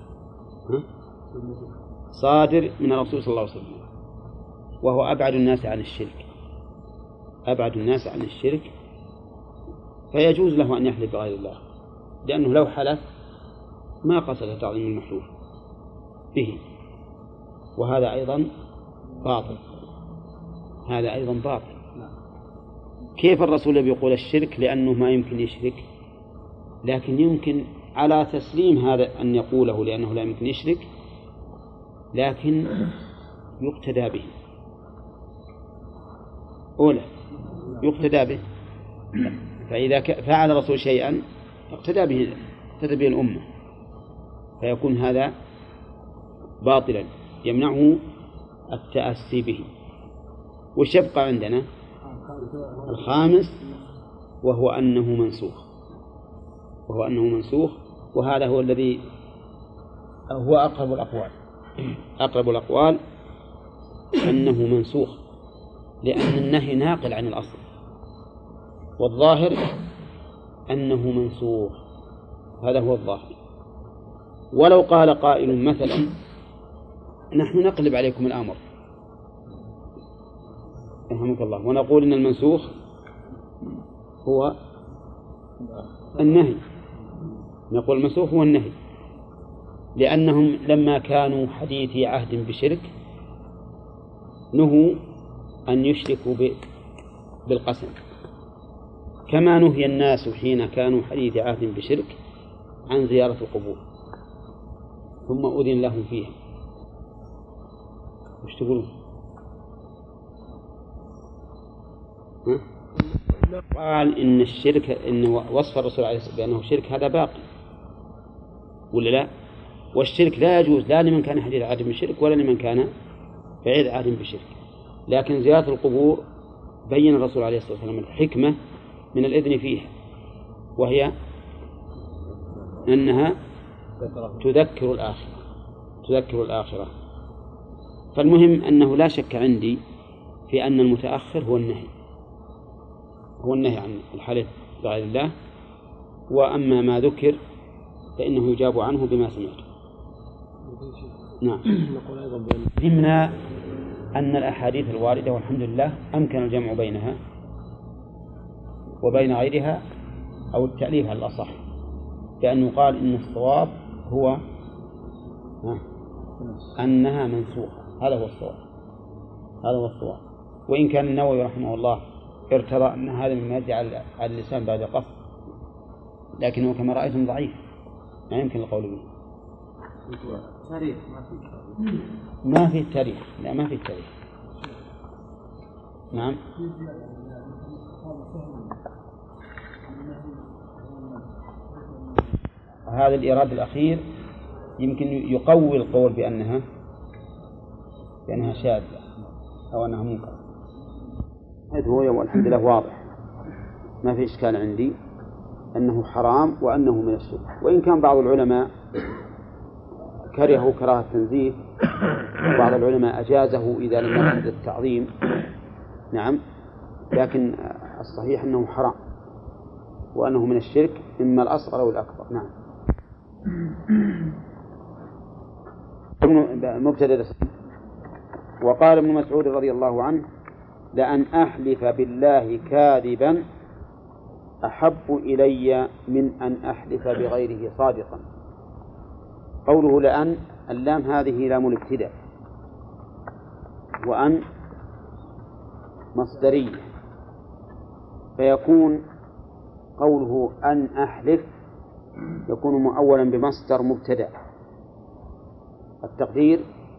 صادر من الرسول صلى الله عليه وسلم، وهو أبعد الناس عن الشرك، أبعد الناس عن الشرك، فيجوز له أن يحلف بغير الله، لأنه لو حلف ما قصد تعظيم المحلوف به، وهذا أيضا باطل، هذا أيضا باطل. كيف الرسول بيقول الشرك؟ لأنه ما يمكن يشرك، لكن يمكن على تسليم هذا أن يقوله لأنه لا يمكن يشرك، لكن يقتدى به. أولى يقتدى به، فإذا فعل الرسول شيئا اقتدى به اقتدى به الأمة، فيكون هذا باطلا يمنعه التأسي به. وش يبقى عندنا؟ الخامس، وهو أنه منسوخ، وهو أنه منسوخ وهذا هو الذي هو أقرب الأقوال، أقرب الأقوال أنه منسوخ، لأن النهي ناقل عن الأصل، والظاهر أنه منسوخ، هذا هو الظاهر. ولو قال قائل مثلا نحن نقلب عليكم الأمر رحمك الله ونقول إن المنسوخ هو النهي، نقول المنسوخ هو النهي، لأنهم لما كانوا حديثي عهد بشرك نهوا أن يشركوا بالقسم، كما نهي الناس حين كانوا حديث عهد بشرك عن زيارة القبور ثم أذن لهم فيها. وش تقولون؟ قال إن الشرك، إن وصف الرسول عليه الصلاة والسلام بأنه شرك هذا باقي ولا لا؟ والشرك لا يجوز لا لمن كان حديث عهد بشرك ولا لمن كان بعيد عهد بشرك، لكن زيارة القبور بين الرسول عليه الصلاة والسلام الحكمة من الإذن فيها، وهي أنها تذكر الآخرة، تذكر الآخرة. فالمهم أنه لا شك عندي في أن المتأخر هو النهي، هو النهي عن الحلف بغير الله، وأما ما ذكر فإنه يجاب عنه بما سمعته. نعم. ضمن أن الأحاديث الواردة والحمد لله أمكن الجمع بينها وبين غيرها أو التأليف على الأصح، لأنه قال إن الصواب هو أنها منسوخة، هذا هو الصواب، هذا هو الصواب. وإن كان النووي رحمه الله ارتضى أن هذا مما يجي على اللسان بعد قصد، لكنه كما رأيتم ضعيف، ما يمكن القول به. تاريخ ما في التاريخ، لا ما في التاريخ. نعم. هذا الإيراد الأخير يمكن يقوي القول بأنها بأنها شاذة أو أنها منكر. هذا هو والحمد لله واضح، ما في إشكال عندي أنه حرام وأنه من الشرك. وإن كان بعض العلماء كرهه كراهة تنزيه، وبعض العلماء أجازه إذا لم يكن التعظيم، نعم، لكن الصحيح أنه حرام وأنه من الشرك إما الأصغر أو الأكبر. نعم. مبتدأ. وقال ابن مسعود رضي الله عنه: لأن أحلف بالله كاذبا أحب إلي من أن أحلف بغيره صادقا. قوله لأن، اللام هذه لام الابتداء، وأن مصدرية، فيكون قوله أن أحلف يكون مؤولا بمصدر مبتدأ، التقدير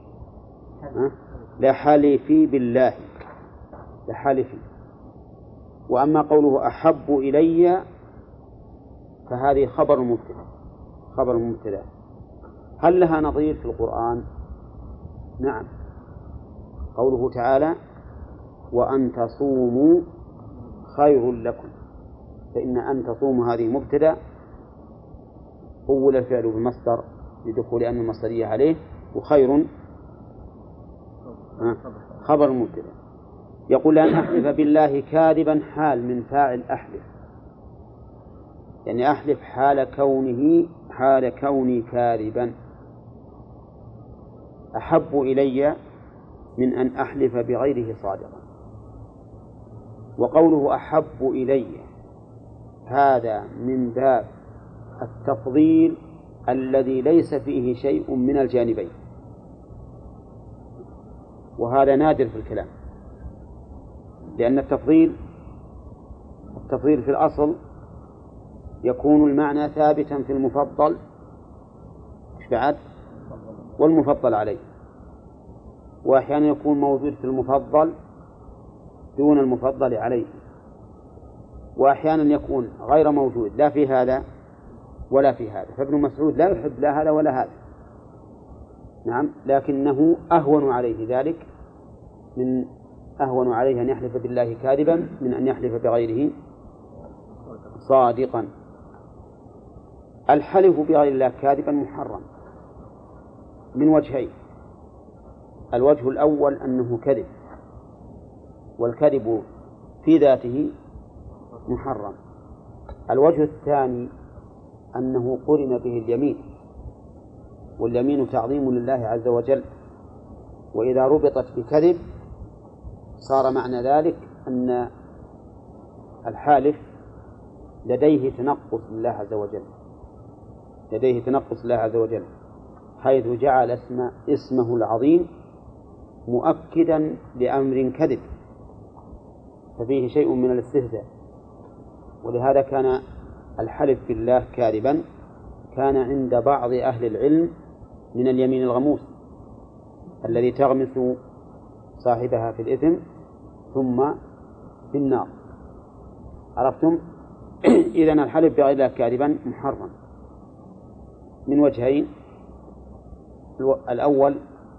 لحلفي بالله، لحلفي. وأما قوله أحب إلي فهذه خبر مبتدأ، خبر مبتدأ. هل لها نظير في القرآن؟ نعم، قوله تعالى: وأن تصوموا خير لكم، فإن أن تصوموا هذه مبتدأ أول الفعل بالمصدر لدخول أن المصدرية عليه، وخير خبر مبتدأ. يقول لأن أحلف بالله كاذبا حال من فاعل أحلف، يعني أحلف حال كونه حال كوني كاذبا أحب إلي من أن أحلف بغيره صادقا. وقوله أحب إلي هذا من باب التفضيل الذي ليس فيه شيء من الجانبين، وهذا نادر في الكلام، لأن التفضيل التفضيل في الأصل يكون المعنى ثابتا في المفضل بعد والمفضل عليه، وأحيانا يكون موجود في المفضل دون المفضل عليه، وأحيانا يكون غير موجود لا في هذا ولا في هذا. فابن مسعود لا يحب لا هذا ولا هذا، نعم، لكنه أهون عليه ذلك من أهون عليه أن يحلف بالله كاذبا من أن يحلف بغيره صادقا. الحلف بغير الله كاذبا محرم من وجهين: الوجه الأول أنه كذب، والكذب في ذاته محرم. الوجه الثاني أنه قرن به اليمين، واليمين تعظيم لله عز وجل، وإذا ربطت بكذب صار معنى ذلك أن الحالف لديه تنقص لله عز وجل، لديه تنقص لله عز وجل، حيث جعل اسم اسمه العظيم مؤكدا لأمر كذب، ففيه شيء من الاستهزاء. ولهذا كان الحلف بالله كاذبا كان عند بعض أهل العلم من اليمين الغموس الذي تغمس صاحبها في الإثم ثم في النار. عرفتم؟ إذن الحلف بغير الله كاذبا محرم من وجهين: الأول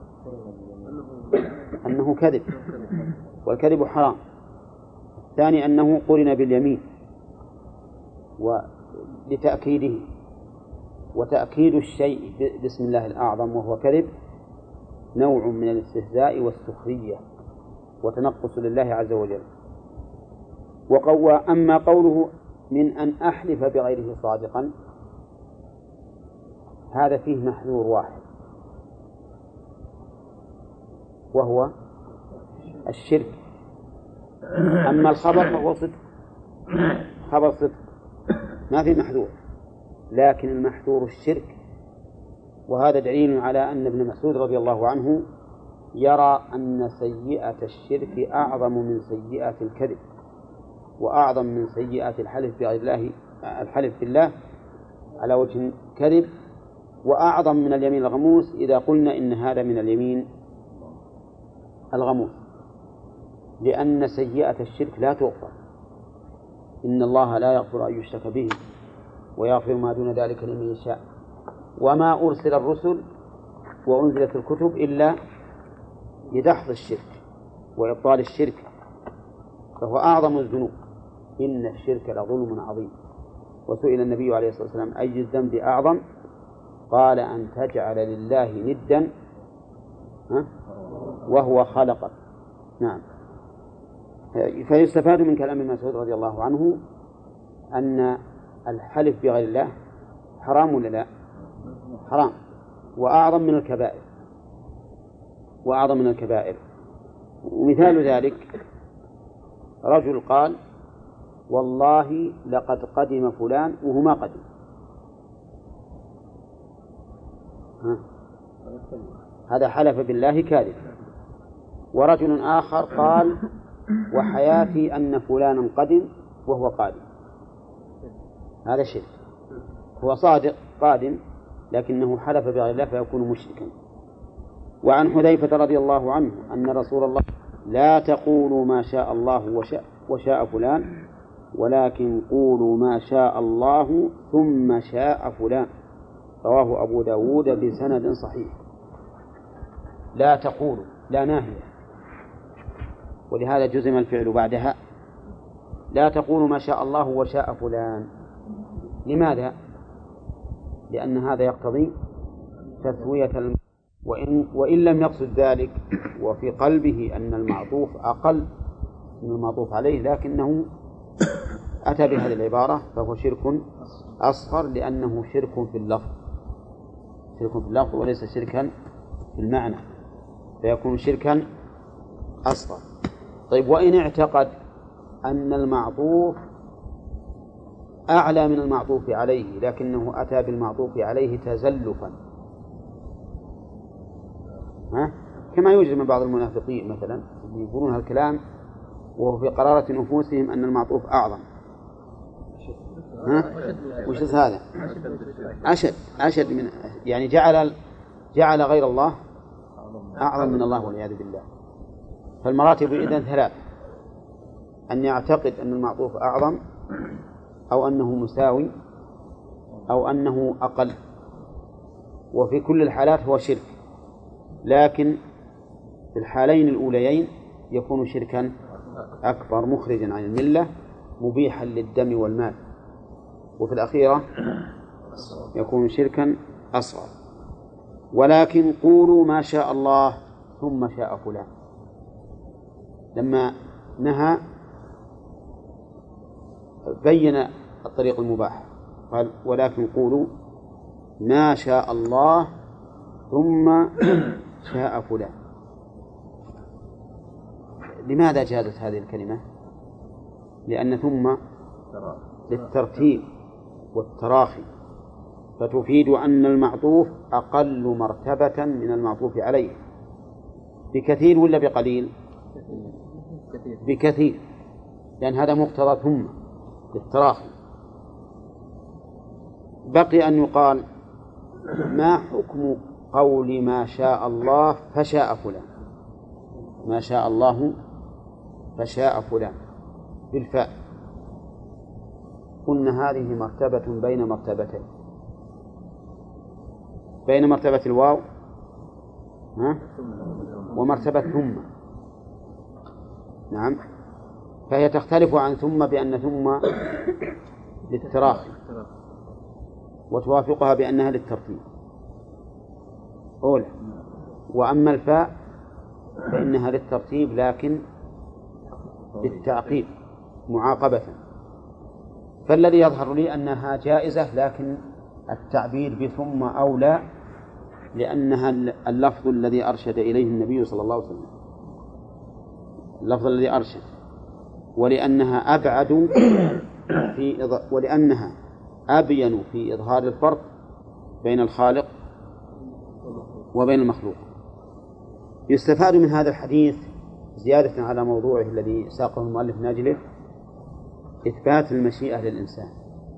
أنه كذب والكذب حرام، الثاني أنه قرن باليمين ولتأكيده، وتأكيد الشيء باسم الله الأعظم وهو كذب نوع من الاستهزاء والسخرية وتنقص لله عز وجل. وقوى أما قوله من أن أحلف بغيره صادقا هذا فيه محذور واحد، وهو الشرك. أما الخبر فهو صدق، خبر صدق ما في محذور، لكن المحذور الشرك. وهذا دليل على أن ابن مسعود رضي الله عنه يرى أن سيئة الشرك أعظم من سيئة الكذب، وأعظم من سيئة الحلف بغير الله الحلف بالله على وجه كذب، وأعظم من اليمين الغموس إذا قلنا إن هذا من اليمين الغموس، لأن سيئة الشرك لا تغفر. إن الله لا يغفر أن يشرك به ويغفر ما دون ذلك لمن يشاء، وما أرسل الرسل وأنزلت الكتب إلا لدحض الشرك وإبطال الشرك، فهو أعظم الذنوب. إن الشرك لظلم عظيم. وسئل النبي عليه الصلاة والسلام أي الذنب أعظم؟ قال أن تجعل لله ندا وهو خلقك. نعم. فيستفاد من كلام ابن مسعود رضي الله عنه أن الحلف بغير الله حرام ولا لا؟ حرام، وأعظم من الكبائر، وأعظم من الكبائر. ومثال ذلك رجل قال والله لقد قدم فلان وهو ما قدم، ها؟ هذا حلف بالله كاذب. ورجل آخر قال وحياتي أن فلانا قدم وهو قادم، هذا شرك. هو صادق قادم لكنه حلف بغير الله فيكون مشركا. وعن حذيفة رضي الله عنه أن رسول الله لا تقولوا ما شاء الله وشاء, وشاء فلان ولكن قولوا ما شاء الله ثم شاء فلان، رواه أبو داود بسند صحيح. لا تقولوا لا ناهية، ولهذا جزم الفعل بعدها. لا تقولوا ما شاء الله وشاء فلان. لماذا؟ لأن هذا يقتضي تسوية وإن, وإن لم يقصد ذلك وفي قلبه أن المعطوف أقل من المعطوف عليه لكنه أتى بهذه العبارة فهو شرك أصغر لأنه شرك في اللفظ، شرك في اللفظ وليس شركا في المعنى، فيكون شركا أصغر. طيب وإن اعتقد أن المعطوف أعلى من المعطوف عليه لكنه أتى بالمعطوف عليه تزلفا، ها؟ كما يوجد من بعض المنافقين مثلا يقولون هالكلام وهو في قرارة نفوسهم أن المعطوف أعظم. ها؟ وش هذا؟ أشد أشد من يعني جعل جعل غير الله أعظم من الله والعياذ بالله. فالمراتب إذن ثلاث: أن يعتقد أن المعطوف أعظم، أو أنه مساوي، أو أنه أقل، وفي كل الحالات هو شرك، لكن في الحالين الأوليين يكون شركا أكبر مخرجا عن الملة مبيحا للدم والمال، وفي الأخيرة يكون شركا أصغر. ولكن قولوا ما شاء الله ثم شاء فلان، لما نهى بين الطريق المباح قال ولكن قولوا ما شاء الله ثم شاء فلان. لماذا جازت هذه الكلمة؟ لأن ثم للترتيب والتراخي، فتفيد أن المعطوف أقل مرتبة من المعطوف عليه بكثير ولا بقليل؟ بكثير، لأن هذا مقتضى ثم للتراخي. بقي أن يقال ما حكم قول ما شاء الله فشاء فلان، ما شاء الله فشاء فلان بالفاء. قلنا هذه مرتبة بين مرتبتين، بين مرتبة الواو ها ومرتبة ثم. نعم، فهي تختلف عن ثم بأن ثم للتراخي، وتوافقها بأنها للترتيب أولى. وأما الفاء فإنها للترتيب لكن بالتعقيب معاقبة. فالذي يظهر لي أنها جائزة، لكن التعبير بثم أولى لأنها اللفظ الذي أرشد إليه النبي صلى الله عليه وسلم، اللفظ الذي أرشد، ولأنها أبعد في إض... ولأنها أبين في إظهار الفرق بين الخالق وبين المخلوق. يستفاد من هذا الحديث زيادة على موضوعه الذي ساقه المؤلف من أجله إثبات المشيئة للإنسان.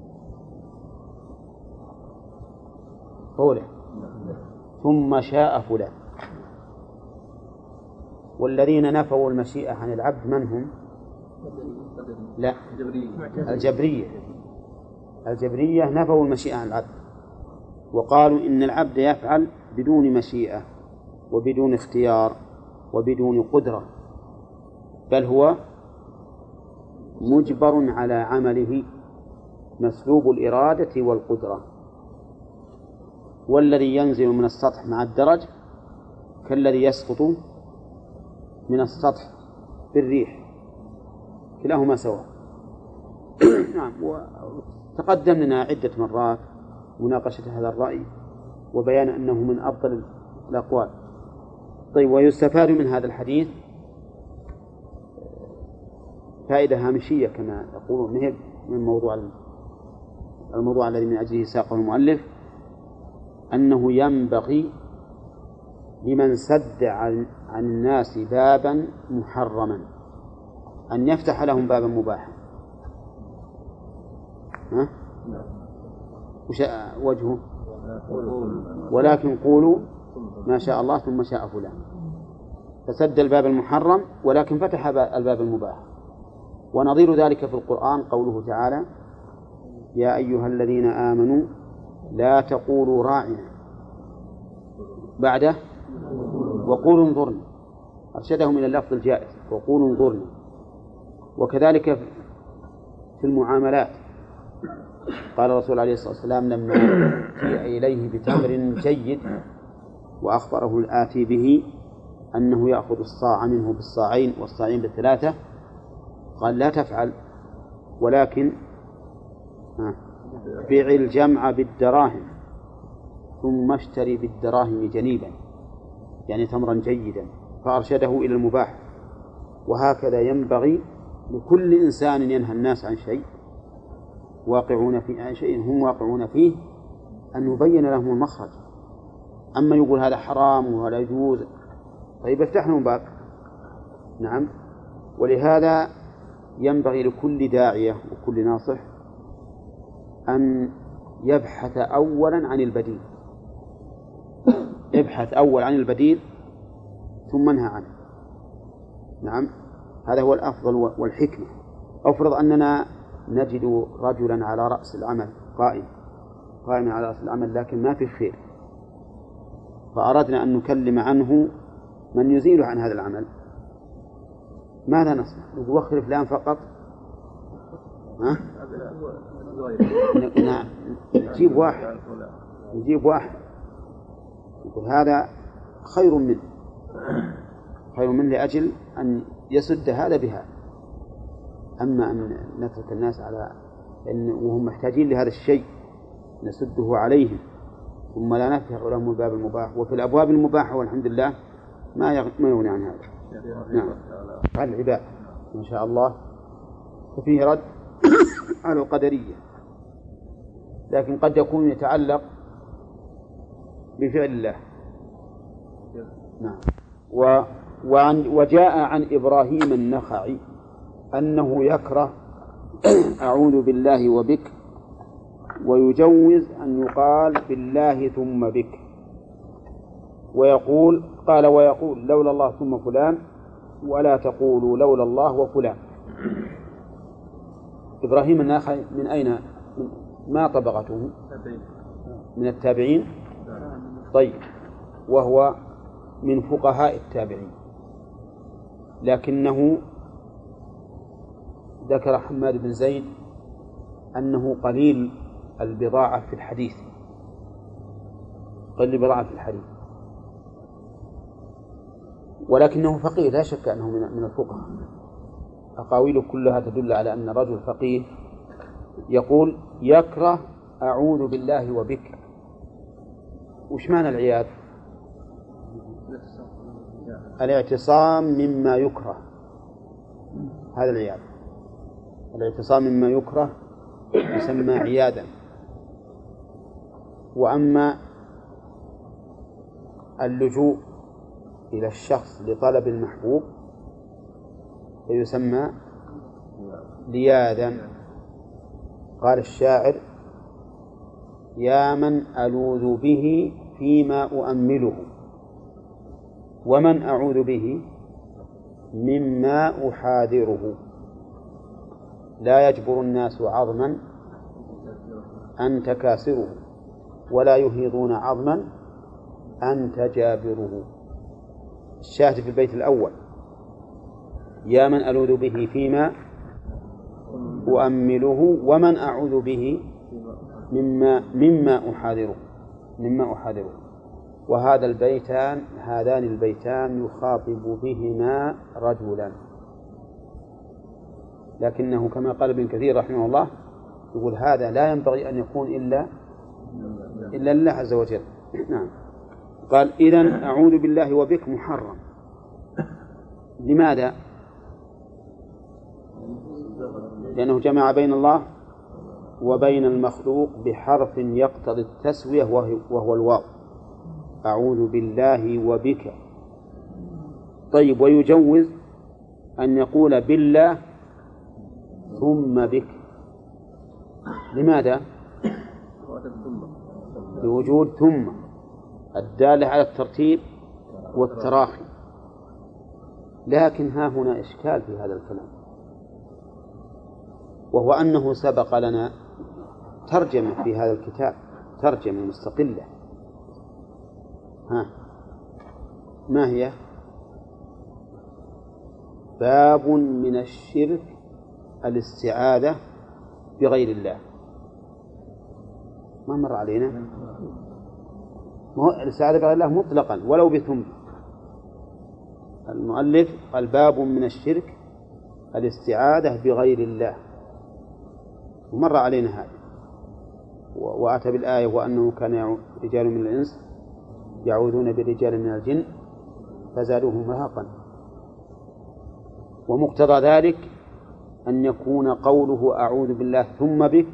قوله ثم شاء فلان، والذين نفوا المشيئة عن العبد من هم؟ لا، الجبرية. الجبرية نفوا المشيئة عن العبد وقالوا إن العبد يفعل بدون مشيئة وبدون اختيار وبدون قدرة، بل هو مجبر على عمله مسلوب الإرادة والقدرة. والذي ينزل من السطح مع الدرج كالذي يسقط من السطح بالريح، كلاهما سواء. نعم، وتقدم لنا عدة مرات مناقشة هذا الرأي وبيان أنه من أفضل الأقوال. طيب، ويستفاد من هذا الحديث فائدة هامشية كما يقولون، مهب من موضوع الموضوع الذي من أجله ساقه المؤلف، أنه ينبغي لمن سد عن الناس بابا محرما أن يفتح لهم بابا مباحا. ها؟ وش وجهه؟ ولكن قولوا ما شاء الله ثم شاء فلان، فسد الباب المحرم ولكن فتح الباب المباح. ونظير ذلك في القرآن قوله تعالى يا أيها الذين آمنوا لا تقولوا راعنا بعده وقولوا انظرنا، أرشدهم إلى اللفظ الجائز وقولوا انظرنا. وكذلك في المعاملات قال الرسول عليه الصلاة والسلام لما جيء إليه بتمر جيد وأخبره الآتي به أنه يأخذ الصاع منه بالصاعين والصاعين بالثلاثة، قال لا تفعل، ولكن بيع الجمع بالدراهم ثم اشتري بالدراهم جنيبا، يعني تمرا جيدا، فأرشده إلى المباح. وهكذا ينبغي لكل إنسان ينهى الناس عن شيء واقعون في عن شيء هم واقعون فيه أن يبين لهم المخرج. أما يقول هذا حرام ولا يجوز، طيب افتح لهم باب. نعم. ولهذا ينبغي لكل داعية وكل ناصح أن يبحث أولا عن البديل، ابحث أول عن البديل ثم انهى عنه. نعم، هذا هو الأفضل والحكمة. أفرض أننا نجد رجلا على رأس العمل قائم قائم على رأس العمل لكن ما في خير، فأردنا أن نكلم عنه من يزيل عن هذا العمل، ماذا نصنع؟ نوخر فلان فقط؟ ها؟ نعم، نجيب واحد نجيب واحد يقول هذا خير منه خير منه لأجل أن يسد هذا بهذا. أما أن نترك الناس على أن وهم محتاجين لهذا الشيء نسده عليهم ثم لا نفتح لهم الباب المباح، وفي الأبواب المباحة والحمد لله ما ما يغني عن هذا. نعم. على العباد إن شاء الله. وفيه رد على القدرية، لكن قد يكون يتعلق بفعل الله. نعم. و وعن وجاء عن إبراهيم النخعي أنه يكره أعوذ بالله وبك، ويجوز أن يقال بالله ثم بك، ويقول قال ويقول لولا الله ثم فلان، ولا تقولوا لولا الله وفلان. إبراهيم النخعي من أين؟ من ما طبقته؟ من التابعين. طيب، وهو من فقهاء التابعين، لكنه ذكر حماد بن زيد أنه قليل البضاعة في الحديث قليل البضاعة في الحديث ولكنه فقيه، لا شك أنه من الفقهاء. أقاويله كلها تدل على أن رجل فقيه. يقول يكره أعوذ بالله وبك. وش معنى العياذ؟ الاعتصام مما يكره، هذا العياذ. الاعتصام مما يكره يسمى عيادا. وأما اللجوء إلى الشخص لطلب المحبوب فيسمى لياذا. قال الشاعر يا من ألوذ به فيما أؤمله، ومن أعوذ به مما أحاذره، لا يجبر الناس عظما أنت كاسره، ولا يهيضون عظما أنت جابره. الشاهد في البيت الأول يا من ألوذ به فيما أؤمله، ومن أعوذ به مما مما أحاذره مما أحاذره. وهذا البيتان هذان البيتان يخاطب بهما رجلا، لكنه كما قال ابن كثير رحمه الله يقول هذا لا ينبغي أن يكون إلا إلا الله عز وجل. نعم. قال إذن أعوذ بالله وبك محرم. لماذا؟ لأنه جمع بين الله وبين المخلوق بحرف يقتضي التسوية وهو الواو، أعوذ بالله وبك. طيب، ويجوز أن يقول بالله ثم بك. لماذا؟ لوجود ثم الدالة على الترتيب والتراخي. لكن ها هنا إشكال في هذا الكلام، وهو أنه سبق لنا ترجمة في هذا الكتاب، ترجمة مستقلة. ها ما هي؟ باب من الشرك الاستعاذة بغير الله. ما مر علينا؟ الاستعاذة بغير الله مطلقا ولو بثم. المؤلف قال باب من الشرك الاستعاذة بغير الله، ومر علينا هذا، وأتى بالآية وأنه كان رجال من الإنس يعوذون برجال من الجن فزادوهم رهقا. ومقتضى ذلك أن يكون قوله أعوذ بالله ثم بك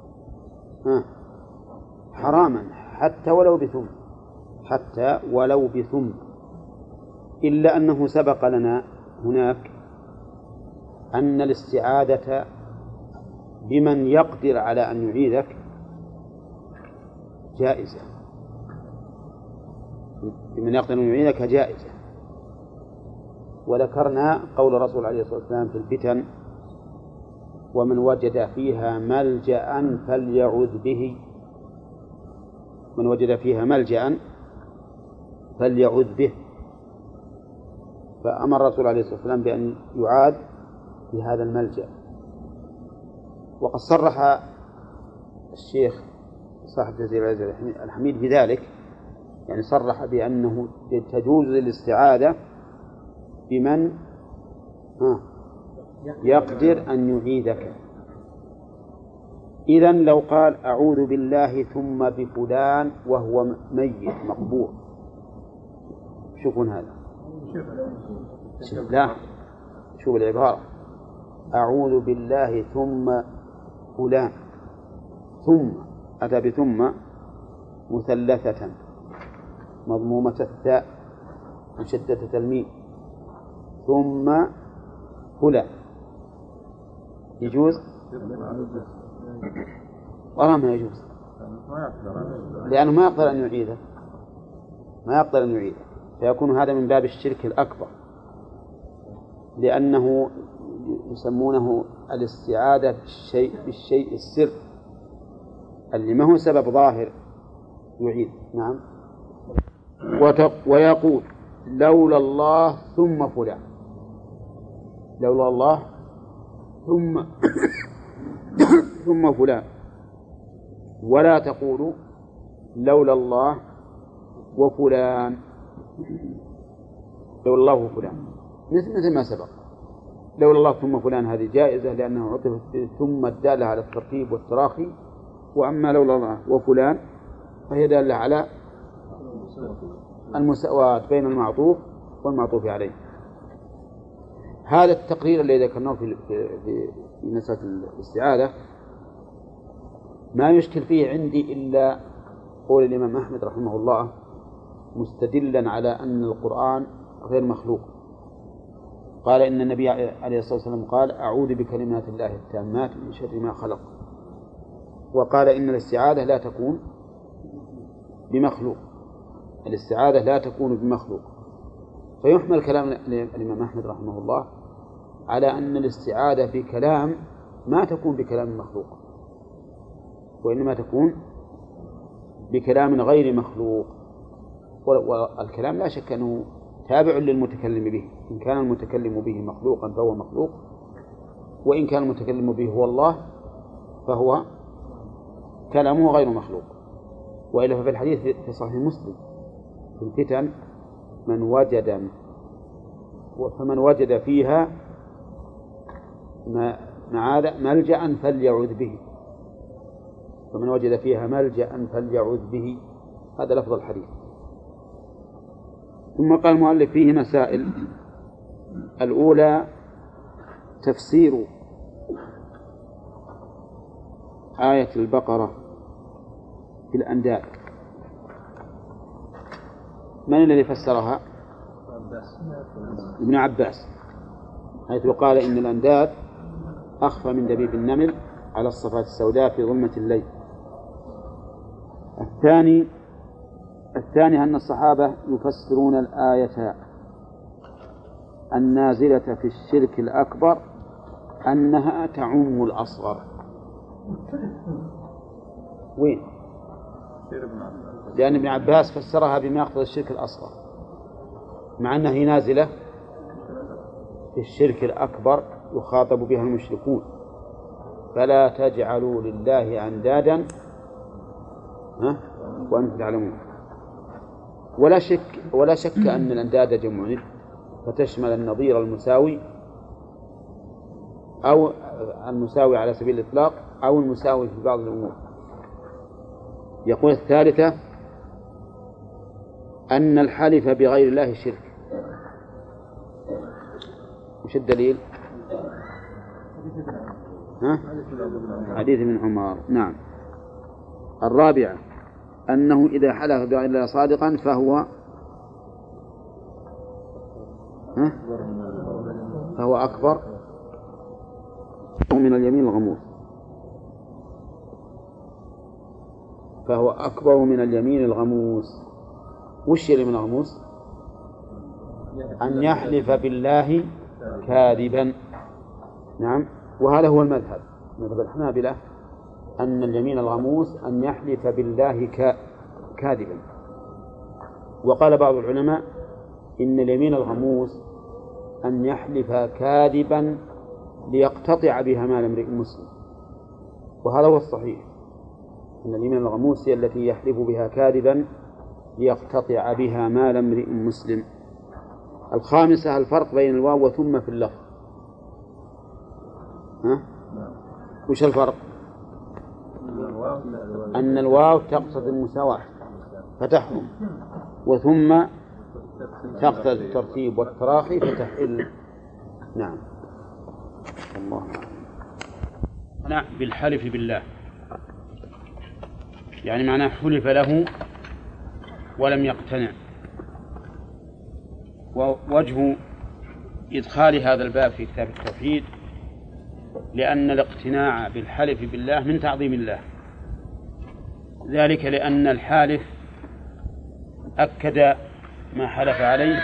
حراما حتى ولو بثم، حتى ولو بثم، إلا أنه سبق لنا هناك أن الاستعاذة بمن يقدر على أن يعيذك جائزة، بمن يقدر أن يعيذك جائزة. وذكرنا قول الرسول عليه الصلاة والسلام في الفتن ومن وجد فيها ملجأ فليعوذ به، من وجد فيها ملجأ فليعوذ به. فأمر الرسول عليه الصلاة والسلام بأن يعاذ بهذا الملجأ. وقد صرح الشيخ صاحب تيسير العزيز الحميد بذلك، يعني صرح بأنه تجوز الاستعاذة بمن يقدر أن يعيذك. إذن لو قال أعوذ بالله ثم بفلان وهو ميت مقبور، شو يكون هذا؟ لا، شوف العبارة، أعوذ بالله ثم فلان، ثم أتى بثم مثلثة مضمومة الثاء مشددة الميم، ثم فلان، يجوز؟ والله ما يجوز، لأنه ما يقدر أن يعيده، ما يقدر أن يعيده، فيكون هذا من باب الشرك الأكبر، لأنه يسمونه الاستعاذة بالشيء بالشيء السر اللي ما هو سبب ظاهر يعيد. نعم. ويقول لولا الله ثم فلان، لولا الله ثم ثم فلان، ولا تقولوا لولا الله وفلان، لولا الله وفلان، مثل ما سبق. لولا الله ثم فلان هذه جائزة لأنه عطفت ثم الدالة على الترتيب والتراخي، وأما لولا الله وفلان فهي دالة على المساواة بين المعطوف والمعطوف عليه. هذا التقرير الذي ذكرناه في في مسألة الاستعاذة ما يشكل فيه عندي إلا قول الإمام أحمد رحمه الله مستدلا على أن القرآن غير مخلوق. قال إن النبي عليه الصلاة والسلام قال أعوذ بكلمات الله التامات من شر ما خلق، وقال إن الاستعاذة لا تكون بمخلوق، الاستعاذة لا تكون بمخلوق. فيحمل كلام الإمام أحمد رحمه الله على أن الاستعاذة بكلام ما تكون بكلام مخلوق، وإنما تكون بكلام غير مخلوق. والكلام لا شك أنه تابع للمتكلم به، إن كان المتكلم به مخلوقا فهو مخلوق، وإن كان المتكلم به هو الله فهو كلامه غير مخلوق. وإلا ففي الحديث في صحيح مسلم في الفتن من وجد فمن وجد فيها ملجأ فليعوذ به، فمن وجد فيها ملجأ فليعوذ به، هذا لفظ الحديث. ثم قال المؤلف فيه مسائل. الأولى تفسير آية البقرة في الأنداد. من الذي فسرها؟ ابن عباس، حيث قال إن الأنداد أخفى من دبيب النمل على الصفات السوداء في ظلمة الليل. الثاني الثاني أن الصحابة يفسرون الآية النازلة في الشرك الأكبر أنها تعم الأصغر. وين؟ لأن ابن عباس فسرها بما يقتضي الشرك الأصغر، مع أنها نازلة في الشرك الأكبر يخاطب بها المشركون، فلا تجعلوا لله أندادا وأنتم تعلمون. ولا شك ولا شك أن الأنداد جمع ند، فتشمل النظير المساوي أو المساوي على سبيل الإطلاق أو المساوي في بعض الأمور. يقول الثالثة أن الحلف بغير الله شرك. وش الدليل؟ ها؟ حديث ابن عمر. نعم. الرابعة أنه إذا حلف بغير الله صادقا فهو ها؟ فهو أكبر من اليمين الغموس فهو أكبر من اليمين الغموس. وش اليمين الغموس؟ أن يحلف بالله كاذبا. نعم. وهذا هو المذهب مذهب الحنابلة، أن اليمين الغموس أن يحلف بالله كاذبا. وقال بعض العلماء إن اليمين الغموس أن يحلف كاذبا ليقتطع بها مال امرئ مسلم، وهذا هو الصحيح، أن اليمين الغموس هي التي يحلف بها كاذبا ليقتطع بها مال امرئ مسلم. الخامسة الفرق بين الواو وثم في اللفظ. ها؟ وش الفرق؟ أن الواو تقتضي المساواة فتحرم، وثم تقتضي الترتيب والتراخي فتحل. نعم. الله أعلم. بالحلف بالله يعني معناه حلف له ولم يقتنع. ووجه إدخال هذا الباب في كتاب التوحيد لأن الاقتناع بالحلف بالله من تعظيم الله، ذلك لأن الحالف أكد ما حلف عليه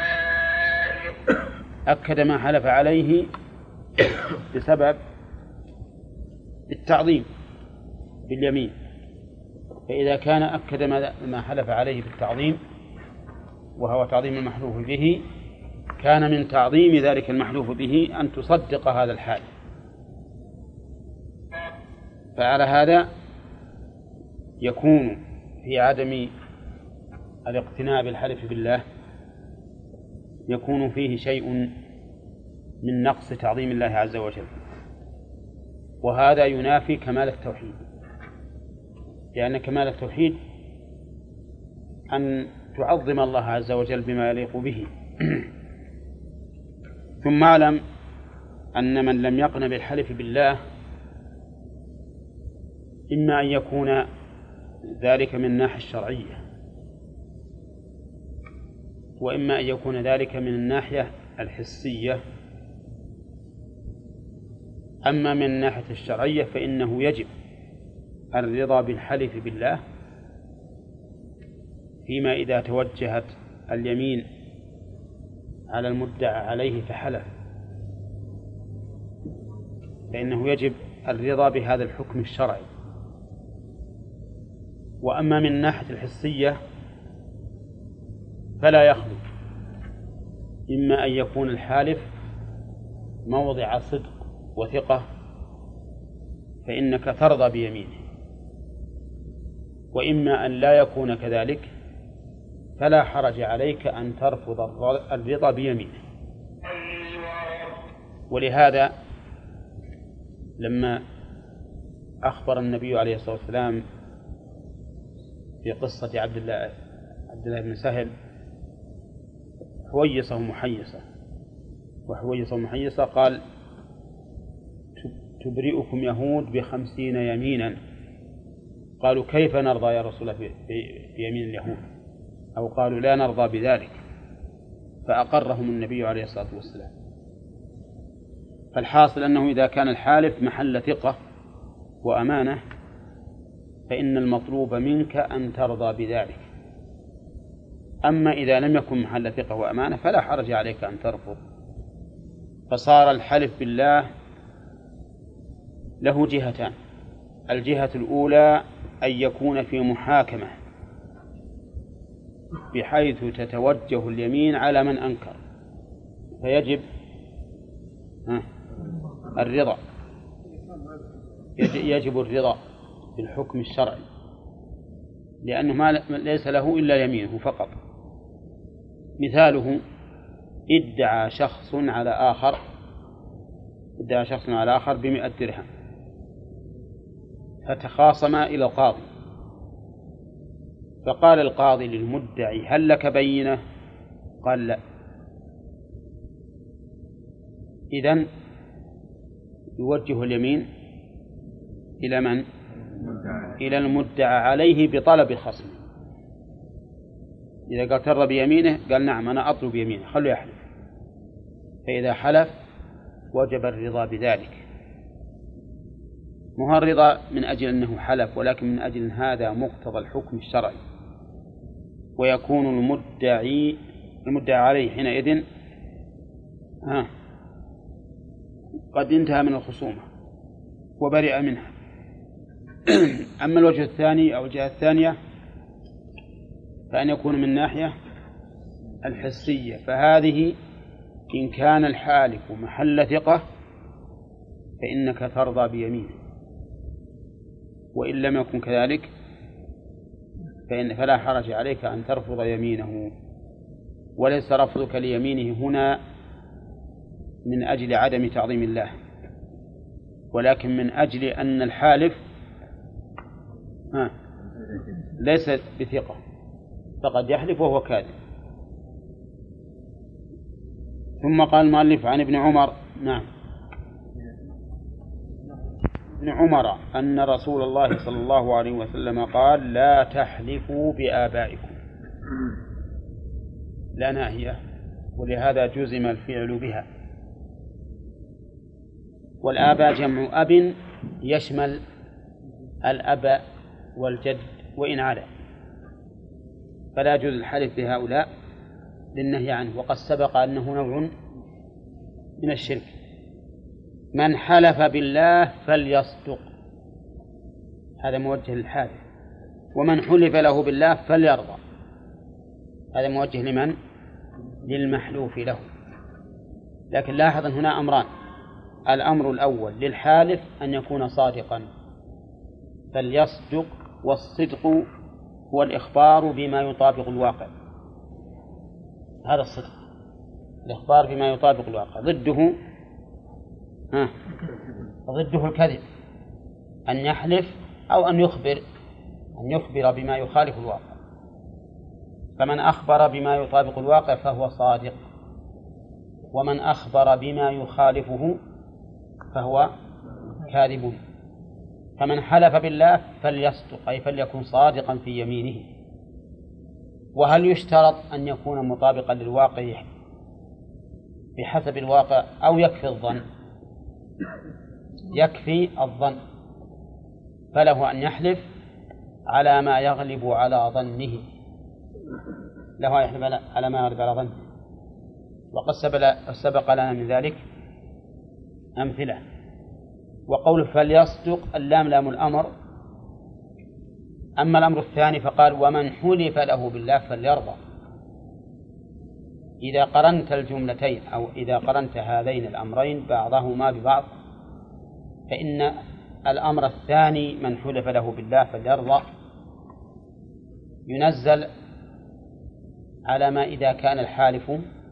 أكد ما حلف عليه بسبب التعظيم باليمين. فإذا كان أكد ما حلف عليه بالتعظيم وهو تعظيم المحلوف به، كان من تعظيم ذلك المحلوف به أن تصدق هذا الحالف. فعلى هذا يكون في عدم الاقتناع بالحلف بالله يكون فيه شيء من نقص تعظيم الله عز وجل، وهذا ينافي كمال التوحيد، لأن كمال التوحيد أن تعظم الله عز وجل بما يليق به. ثم اعلم أن من لم يقن بالحلف بالله إما أن يكون ذلك من الناحية الشرعية، وإما أن يكون ذلك من الناحية الحسية. أما من الناحية الشرعية فإنه يجب الرضا بالحلف بالله فيما إذا توجهت اليمين على المدعى عليه فحلف، فإنه يجب الرضا بهذا الحكم الشرعي. وأما من الناحية الحسية فلا يخلو إما أن يكون الحالف موضع صدق وثقة فإنك ترضى بيمينه، وإما أن لا يكون كذلك فلا حرج عليك أن ترفض الرضا بيمينه. ولهذا لما أخبر النبي عليه الصلاة والسلام في قصة عبد الله عبد الله بن سهل حويصة ومحيصة وحويصة ومحيصة قال: تبرئكم يهود بخمسين يمينا. قالوا: كيف نرضى يا رسول الله بيمين اليهود؟ أو قالوا: لا نرضى بذلك. فأقرهم النبي عليه الصلاة والسلام. فالحاصل أنه إذا كان الحالف محل ثقة وأمانة فإن المطلوب منك أن ترضى بذلك. أما إذا لم يكن محل ثقة وأمانة فلا حرج عليك أن ترفض. فصار الحلف بالله له جهتان: الجهة الأولى أن يكون في محاكمة بحيث تتوجه اليمين على من أنكر، فيجب الرضا يجب الرضا بالحكم الشرعي، لأنه ما ليس له إلا يمينه فقط، مثاله ادعى شخص على آخر ادعى شخص على آخر بمئة درهم، فتخاصما إلى القاضي، فقال القاضي للمدعي هل لك بينة؟ قال لا. إذن يوجه اليمين إلى من؟ إلى المدعى عليه بطلب خصمه. إذا قال ترى بيمينه قال نعم أنا أطلب يمينه، خلوا يحلف. فإذا حلف وجب الرضا بذلك، مو الرضا من أجل أنه حلف، ولكن من أجل هذا مقتضى الحكم الشرعي، ويكون المدعي المدعى عليه حينئذ ها قد انتهى من الخصومة وبرئ منها. أما الوجه الثاني أو الجهة الثانية فأن يكون من ناحية الحسية، فهذه إن كان الحالف محل ثقة فإنك ترضى بيمينه، وإن لم يكن كذلك فإن فلا حرج عليك أن ترفض يمينه. وليس رفضك ليمينه هنا من أجل عدم تعظيم الله، ولكن من أجل أن الحالف ها ليس بثقة، فقد يحلف وهو كاذب. ثم قال المؤلف عن ابن عمر نعم ابن عمر أن رسول الله صلى الله عليه وسلم قال لا تحلفوا بآبائكم، لا ناهية، ولهذا جزم الفعل بها. والآباء جمع أب يشمل الأب والجد وإن علا، فلا يجوز الحلف بهؤلاء للنهي عنه، وقد سبق أنه نوع من الشرك. من حلف بالله فليصدق، هذا موجه للحالف، ومن حلف له بالله فليرضى، هذا موجه لمن؟ للمحلوف له. لكن لاحظ هنا أمران: الأمر الأول للحالف أن يكون صادقا فليصدق، والصدق هو الإخبار بما يطابق الواقع، هذا الصدق، الإخبار بما يطابق الواقع. ضده ها ضده الكذب، أن يحلف أو أن يخبر أن يخبر بما يخالف الواقع. فمن أخبر بما يطابق الواقع فهو صادق، ومن أخبر بما يخالفه فهو كاذب. فمن حلف بالله فليصدق، أي فليكن صادقا في يمينه. وهل يشترط أن يكون مطابقا للواقع بحسب الواقع أو يكفي الظن؟ يكفي الظن، فله أن يحلف على ما يغلب على ظنه، له يحلف على ما يغلب على ظنه. وقد سبق لنا من ذلك أمثلة. وقول فليصدق اللام لام الأمر. أما الأمر الثاني فقال ومن حلف له بالله فليرضى. إذا قرنت الجملتين أو إذا قرنت هذين الأمرين بعضهما ببعض فإن الأمر الثاني من حلف له بالله فليرضى ينزل على ما إذا كان الحالف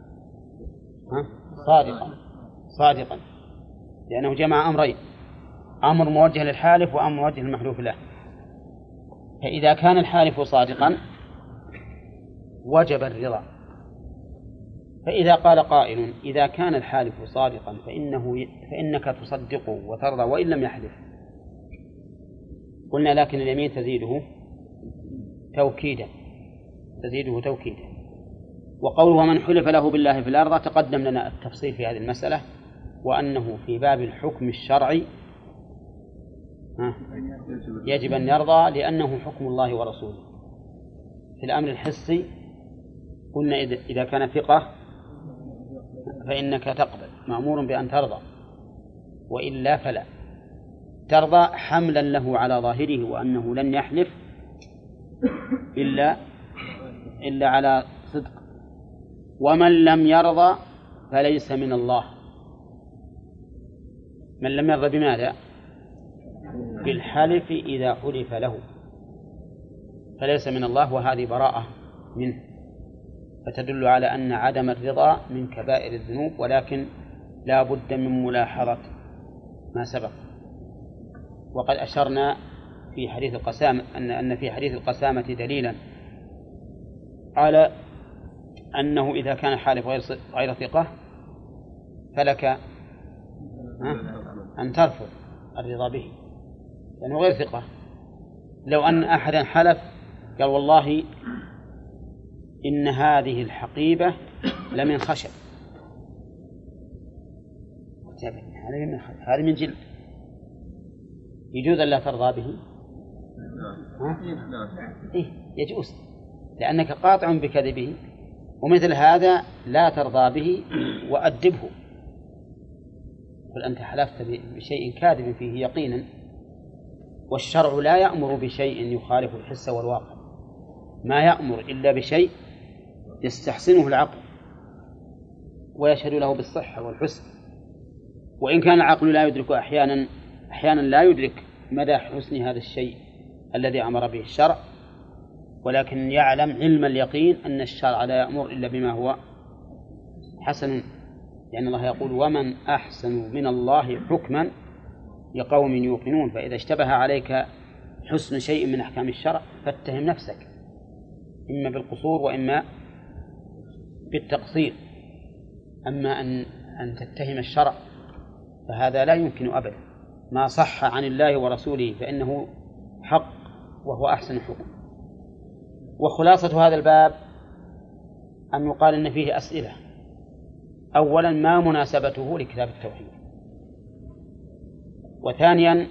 صادقا صادقا لأنه جمع أمرين: أمر موجه للحالف وأمر موجه للمحلوف له. فإذا كان الحالف صادقا وجب الرضا. فإذا قال قائل إذا كان الحالف صادقا فإنه فإنك تصدقه وترضى وإن لم يحلف، قلنا لكن اليمين تزيده توكيدا تزيده توكيدا. وقوله ومن حلف له بالله في الأرض تقدم لنا التفصيل في هذه المسألة، وأنه في باب الحكم الشرعي يجب أن يرضى لأنه حكم الله ورسوله. في الأمر الحسي قلنا إذا كان ثقة فإنك تقبل، مأمور بأن ترضى، وإلا فلا ترضى حملا له على ظاهره وأنه لن يحلف إلا إلا على صدق. ومن لم يرضى فليس من الله. من لم يرضى بماذا؟ بالحلف إذا حلف له فليس من الله، وهذه براءة منه. فتدل على أن عدم الرضا من كبائر الذنوب، ولكن لا بد من ملاحظة ما سبق. وقد أشرنا في حديث القسامة أن أن في حديث القسامة دليلا على أنه إذا كان حالف غير غير ثقة فلك أن ترفض الرضا به لأنه غير ثقة. لو أن أحدا حلف قال والله إن هذه الحقيبة لمن خشب، هذه من جلد، يجوز أن لا ترضى به؟ ها؟ إيه يجوز، لأنك قاطع بكذبه، ومثل هذا لا ترضى به وأدبه. قل أنت حلفت بشيء كاذب فيه يقينا، والشرع لا يأمر بشيء يخالف الحس والواقع، ما يأمر إلا بشيء يستحسنه العقل ويشهد له بالصحة والحسن، وإن كان العقل لا يدرك أحيانا أحيانا لا يدرك مدى حسن هذا الشيء الذي أمر به الشرع، ولكن يعلم علم اليقين أن الشرع لا يأمر إلا بما هو حسن، لأن الله يقول ومن أحسن من الله حكما لقوم يوقنون. فإذا اشتبه عليك حسن شيء من أحكام الشرع فاتهم نفسك، إما بالقصور وإما بالتقصير. أما أن أن تتهم الشرع فهذا لا يمكن أبدا، ما صح عن الله ورسوله فإنه حق وهو أحسن حكم. وخلاصة هذا الباب أن يقال إن فيه أسئلة. أولا ما مناسبته لكتاب التوحيد، وثانيا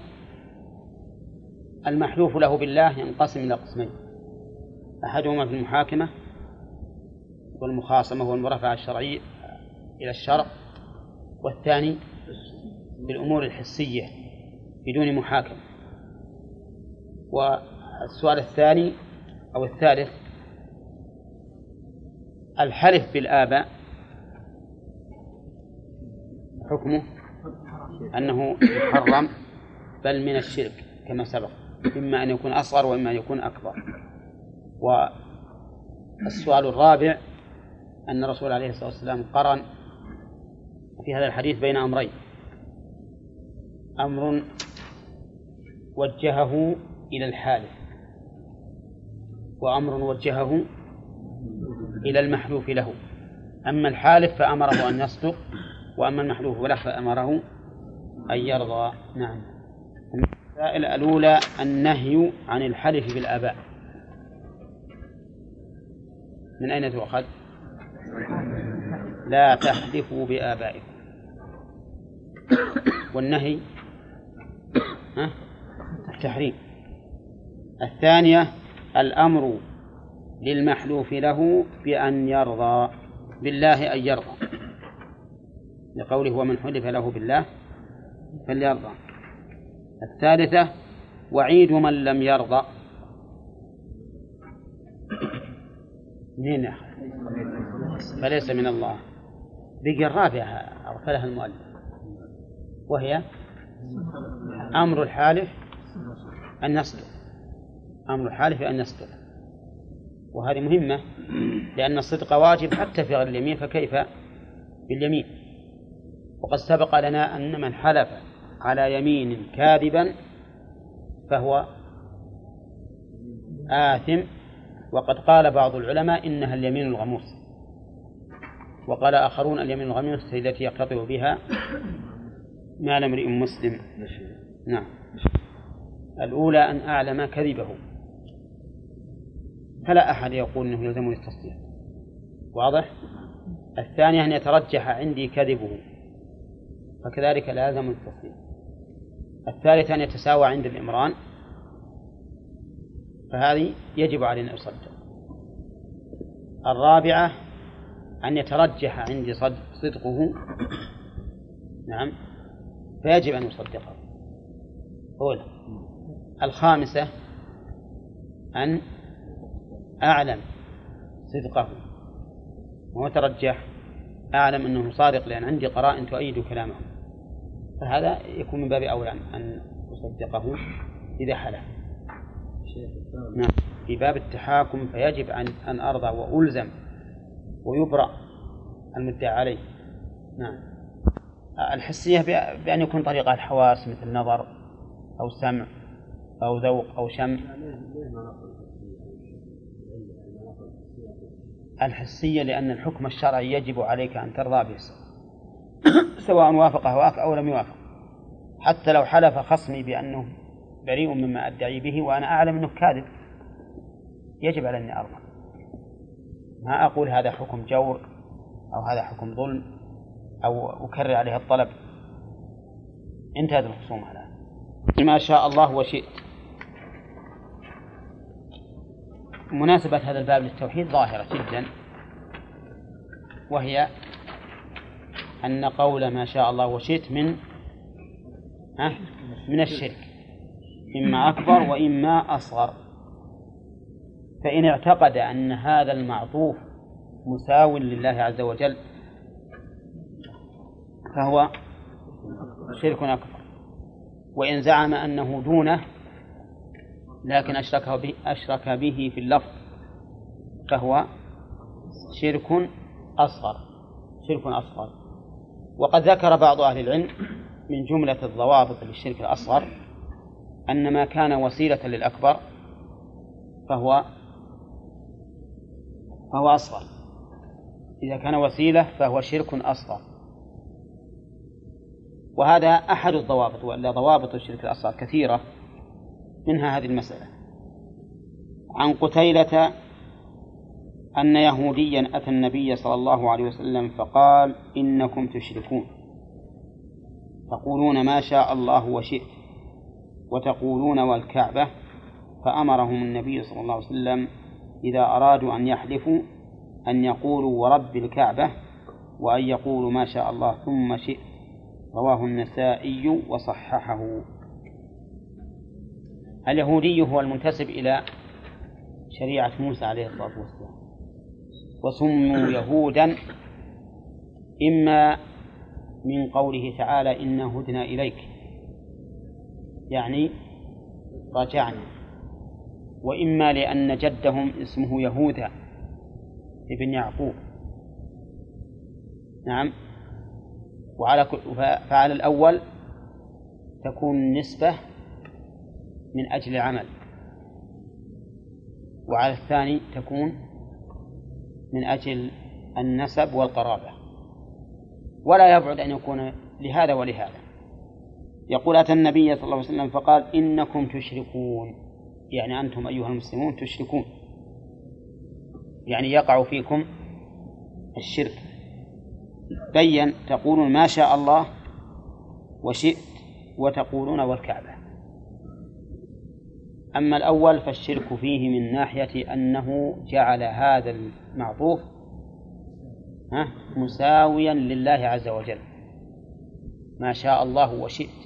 المحلوف له بالله ينقسم إلى قسمين، أحدهما في المحاكمة والمخاصمة والمرافعة الشرعية إلى الشرع، والثاني بالأمور الحسية بدون محاكمة. والسؤال الثاني أو الثالث الحلف بالآباء حكمه أنه محرم بل من الشرك كما سبق، إما أن يكون أصغر وإما أن يكون أكبر. والسؤال الرابع أن الرسول عليه الصلاة والسلام قرن في هذا الحديث بين أمرين، أمر وجهه إلى الحالف وأمر وجهه إلى المحلوف له. أما الحالف فأمره أن يصدق، وأما المحلوف له فأمره أن يرضى. نعم. المسائل الأولى النهي عن الحلف بالآباء، من أين تؤخذ؟ لا تحلفوا بآبائكم، والنهي ها؟ التحريم. الثانية الأمر للمحلوف له بأن يرضى بالله، أن يرضى لقوله ومن حلف له بالله فليرضى. الثالثة وعيد من لم يرضى، منين فليس من الله. بقي الرابعة أغفلها المؤلف، وهي أمر الحالف أن يصدق، أمر الحالف أن يصدق، وهذه مهمة لأن الصدق واجب حتى في غير اليمين، فكيف باليمين؟ وقد سبق لنا أن من حلف على يمين كاذبا فهو آثم، وقد قال بعض العلماء إنها اليمين الغموس، وقال آخرون اليمين الغموس التي يقتطع بها مال امرئ مسلم. نعم. الأولى أن أعلم كذبه، فلا أحد يقول أنه يلزمني التصديق، واضح؟ الثانية أن يترجح عندي كذبه، فكذلك لازم التصديق. الثالثة أن يتساوى عند الإمران، فهذه يجب علينا أن يصدق. الرابعة أن يترجح عندي صدقه، نعم، فيجب أن يصدقه. أولا. الخامسة أن أعلم صدقه وترجح، أعلم أنه صادق لأن عندي قرائن تؤيد كلامه، فهذا يكون من باب أولى أن أصدقه إذا حلف. نعم. في باب التحاكم فيجب أن أن أرضى وألزم ويبرأ المدعى عليه. نعم. الحسية بأن يكون طريقة الحواس مثل نظر أو سمع أو ذوق أو شم. الحسية لأن الحكم الشرعي يجب عليك أن ترضى به سواء وافق هواك أو لم يوافق، حتى لو حلف خصمي بأنه بريء مما أدعي به وأنا أعلم أنه كاذب يجب على أني أرضى، ما أقول هذا حكم جور أو هذا حكم ظلم أو أكرر عليه الطلب. انتهت الخصومة الآن. ما شاء الله وشئت. مناسبة هذا الباب للتوحيد ظاهرة جدا، وهي أن قول ما شاء الله وشئت من من الشرك، إما أكبر وإما أصغر. فإن اعتقد أن هذا المعطوف مساو لله عز وجل فهو شرك أكبر، وإن زعم أنه دونه لكن أشرك به, أشرك به في اللفظ فهو شرك أصغر شرك أصغر. وقد ذكر بعض أهل العلم من جملة الضوابط للشرك الأصغر أن ما كان وسيلة للأكبر فهو فهو أصغر، إذا كان وسيلة فهو شرك أصغر. وهذا أحد الضوابط، وإلا ضوابط الشرك الأصغر كثيرة، منها هذه المسألة. عن قتيلة أن يهوديا أتى النبي صلى الله عليه وسلم فقال إنكم تشركون تقولون ما شاء الله وشئت وتقولون والكعبة، فأمرهم النبي صلى الله عليه وسلم إذا أرادوا أن يحلفوا أن يقولوا ورب الكعبة وأن يقولوا ما شاء الله ثم شئت. رواه النسائي وصححه. اليهودي هو المنتسب إلى شريعة موسى عليه الصلاة والسلام، وسموا يهودا إما من قوله تعالى إنا هدنا إليك يعني رجعنا، وإما لأن جدهم اسمه يهوذا ابن يعقوب. نعم. وعلى فعلى الأول تكون نسبة من أجل العمل، وعلى الثاني تكون من أجل النسب والقرابة، ولا يبعد أن يكون لهذا ولهذا. يقول أتى النبي صلى الله عليه وسلم فقال إنكم تشركون، يعني أنتم أيها المسلمون تشركون، يعني يقع فيكم الشرك. بين تقولون ما شاء الله وشئت وتقولون والكعبة. أما الأول فالشرك فيه من ناحية أنه جعل هذا المعطوف مساويا لله عز وجل ما شاء الله وشئت.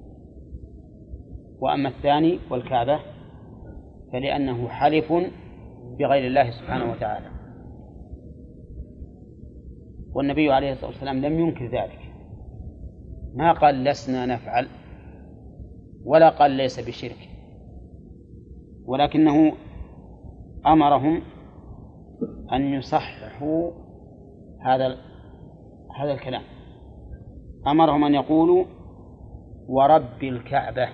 وأما الثاني والكعبة فلأنه حلف بغير الله سبحانه وتعالى، والنبي عليه الصلاة والسلام لم ينكر ذلك، ما قال لسنا نفعل ولا قال ليس بشرك، ولكنه أمرهم أن يصححوا هذا هذا الكلام. أمرهم أن يقولوا ورب الكعبة،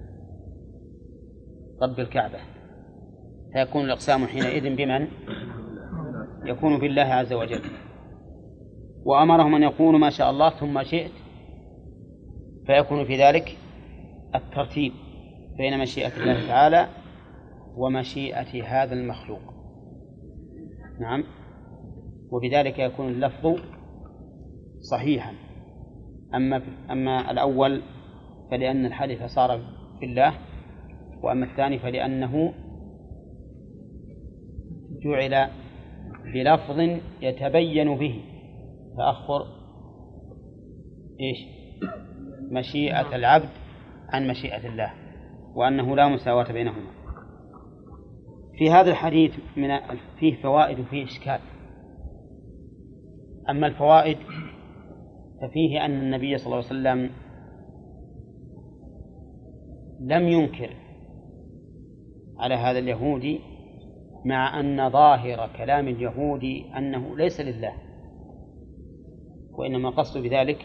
رب الكعبة، فيكون الإقسام حينئذ بمن؟ يكون بالله عز وجل. وأمرهم أن يقولوا ما شاء الله ثم شئت، فيكون في ذلك الترتيب بين مشيئة الله تعالى ومشيئة هذا المخلوق. نعم. وبذلك يكون اللفظ صحيحا. أما أما الأول فلأن الحلف صار في الله، وأما الثاني فلأنه جعل بلفظ يتبين به فأخبر إيش؟ مشيئة العبد عن مشيئة الله، وأنه لا مساواة بينهما. في هذا الحديث من فيه فوائد وفيه إشكال. أما الفوائد ففيه أن النبي صلى الله عليه وسلم لم ينكر على هذا اليهودي مع أن ظاهر كلام اليهود أنه ليس لله، وإنما قصد بذلك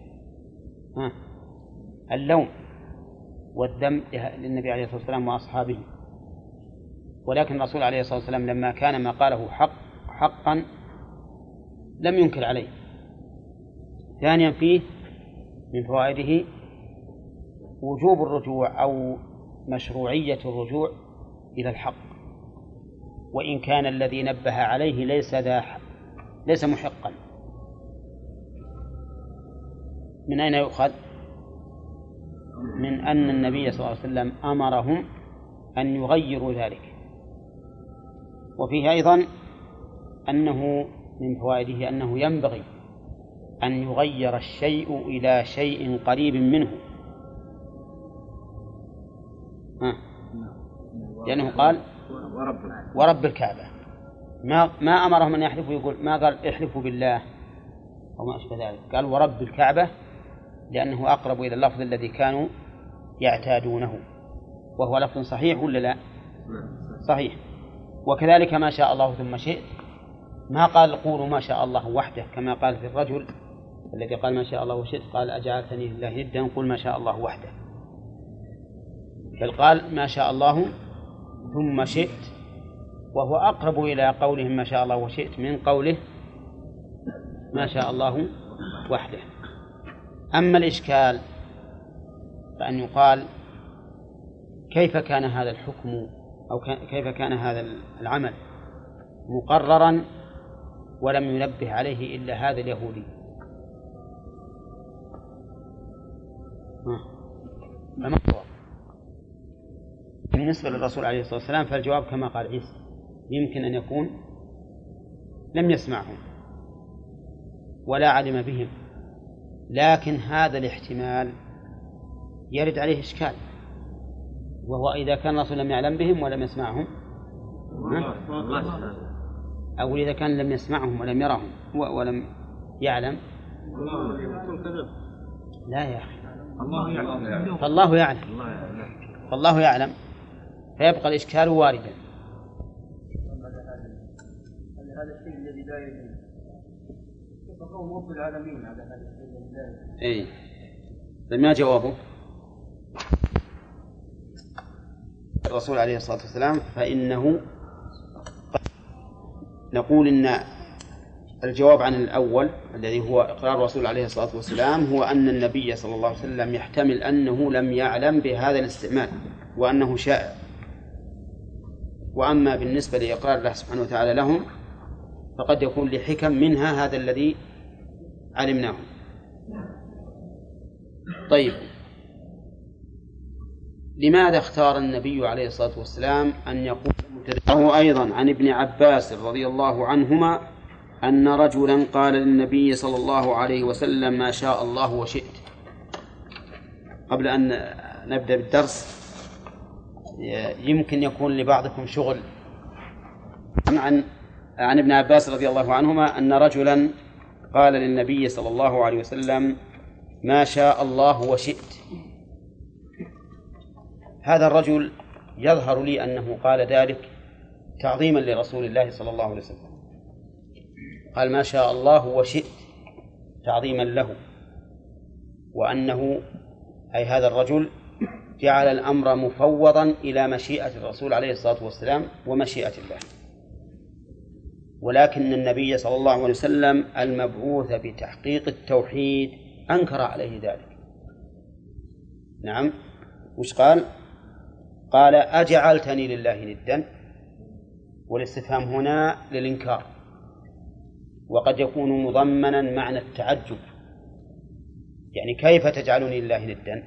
اللوم والذم للنبي عليه الصلاة والسلام وأصحابه. ولكن الرسول عليه الصلاة والسلام لما كان ما قاله حق حقا لم ينكر عليه. ثانيا فيه من فوائده وجوب الرجوع أو مشروعية الرجوع إلى الحق، وإن كان الذي نبه عليه ليس ذا ليس محقا. من أين يؤخذ؟ من أن النبي صلى الله عليه وسلم أمرهم أن يغيروا ذلك. وفيه أيضا أنه من فوائده أنه ينبغي أن يغير الشيء إلى شيء قريب منه، ها. لأنه قال ورب الكعبة، ما ما أمرهم أن يحلفوا، يقول ما قال احلفوا بالله أو ما أشبه ذلك، قال ورب الكعبة لأنه أقرب إلى اللفظ الذي كانوا يعتادونه، وهو لفظ صحيح ولا لا؟ صحيح. وكذلك ما شاء الله ثم شئت، ما قال قولوا ما شاء الله وحده كما قال في الرجل الذي قال ما شاء الله وشئت، قال أجعلتني لله ندا قل ما شاء الله وحده، بل قال ما شاء الله ثم شئت، وهو أقرب إلى قولهم ما شاء الله وشئت من قوله ما شاء الله وحده. أما الإشكال فأن يقال كيف كان هذا الحكم أو كيف كان هذا العمل مقررا ولم ينبه عليه إلا هذا اليهودي؟ فما الصواب؟ بالنسبة للرسول عليه الصلاة والسلام فالجواب كما قال عيسى، يمكن أن يكون لم يسمعهم ولا علم بهم، لكن هذا الاحتمال يرد عليه إشكال، وهو إذا كان الرسول لم يعلم بهم ولم يسمعهم، أو إذا كان لم يسمعهم ولم يرهم ولم يعلم، لا يا أخي فالله يعلم فالله يعلم فيبقى الإشكال واردا. هذا الشيء الذي لا يجوز كيف قوم رب العالمين على هذا الشيء الذي لا يجوز؟ إيه، فما جوابه الرسول عليه الصلاة والسلام؟ فإنه نقول إن الجواب عن الأول الذي هو إقرار الرسول عليه الصلاة والسلام هو أن النبي صلى الله عليه وسلم يحتمل أنه لم يعلم بهذا الاستعمال وأنه شائع. وأما بالنسبة لإقرار الله سبحانه وتعالى لهم فقد يكون لحكم منها هذا الذي علمناه. طيب، لماذا اختار النبي عليه الصلاة والسلام أن يقول له أيضا عن ابن عباس رضي الله عنهما أن رجلا قال للنبي صلى الله عليه وسلم ما شاء الله وشئت؟ قبل أن نبدأ بالدرس يمكن يكون لبعضكم شغل عن عن ابن عباس رضي الله عنهما أن رجلا قال للنبي صلى الله عليه وسلم ما شاء الله وشئت. هذا الرجل يظهر لي أنه قال ذلك تعظيما لرسول الله صلى الله عليه وسلم، قال ما شاء الله وشئت تعظيما له، وأنه أي هذا الرجل جعل الأمر مفوضا إلى مشيئة الرسول عليه الصلاة والسلام ومشيئة الله. ولكن النبي صلى الله عليه وسلم المبعوث بتحقيق التوحيد أنكر عليه ذلك. نعم، وش قال؟ قال أجعلتني لله ندا، والاستفهام هنا للإنكار، وقد يكون مضمنا معنى التعجب، يعني كيف تجعلني لله ندا؟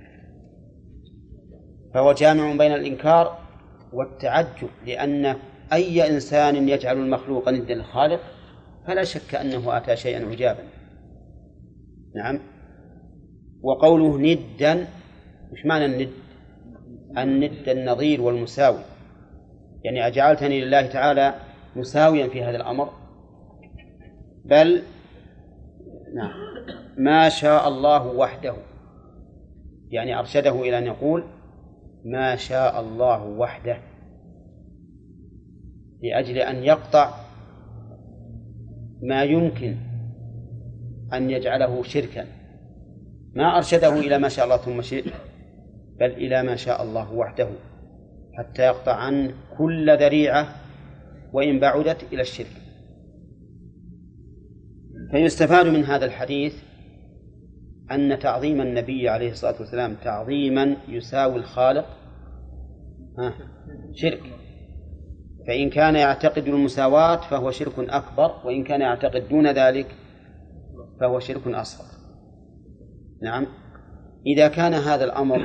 فهو جامع بين الإنكار والتعجب، لأن أي إنسان يجعل المخلوق ندا للخالق فلا شك أنه أتى شيئا عجابا. نعم. وقوله ندا، مش معنى الند؟ الند النظير والمساوي، يعني أجعلتني لله تعالى مساويا في هذا الأمر، بل نعم ما شاء الله وحده، يعني أرشده إلى أن يقول ما شاء الله وحده، لأجل أن يقطع ما يمكن أن يجعله شركا، ما أرشده إلى ما شاء الله ثم شئ، بل إلى ما شاء الله وحده، حتى يقطع عنه كل ذريعة وإن بعدت إلى الشرك. فيستفاد من هذا الحديث أن تعظيم النبي عليه الصلاة والسلام تعظيما يساوي الخالق شرك، فإن كان يعتقد المساواة فهو شرك أكبر، وإن كان يعتقد دون ذلك فهو شرك أصغر. نعم، إذا كان هذا الأمر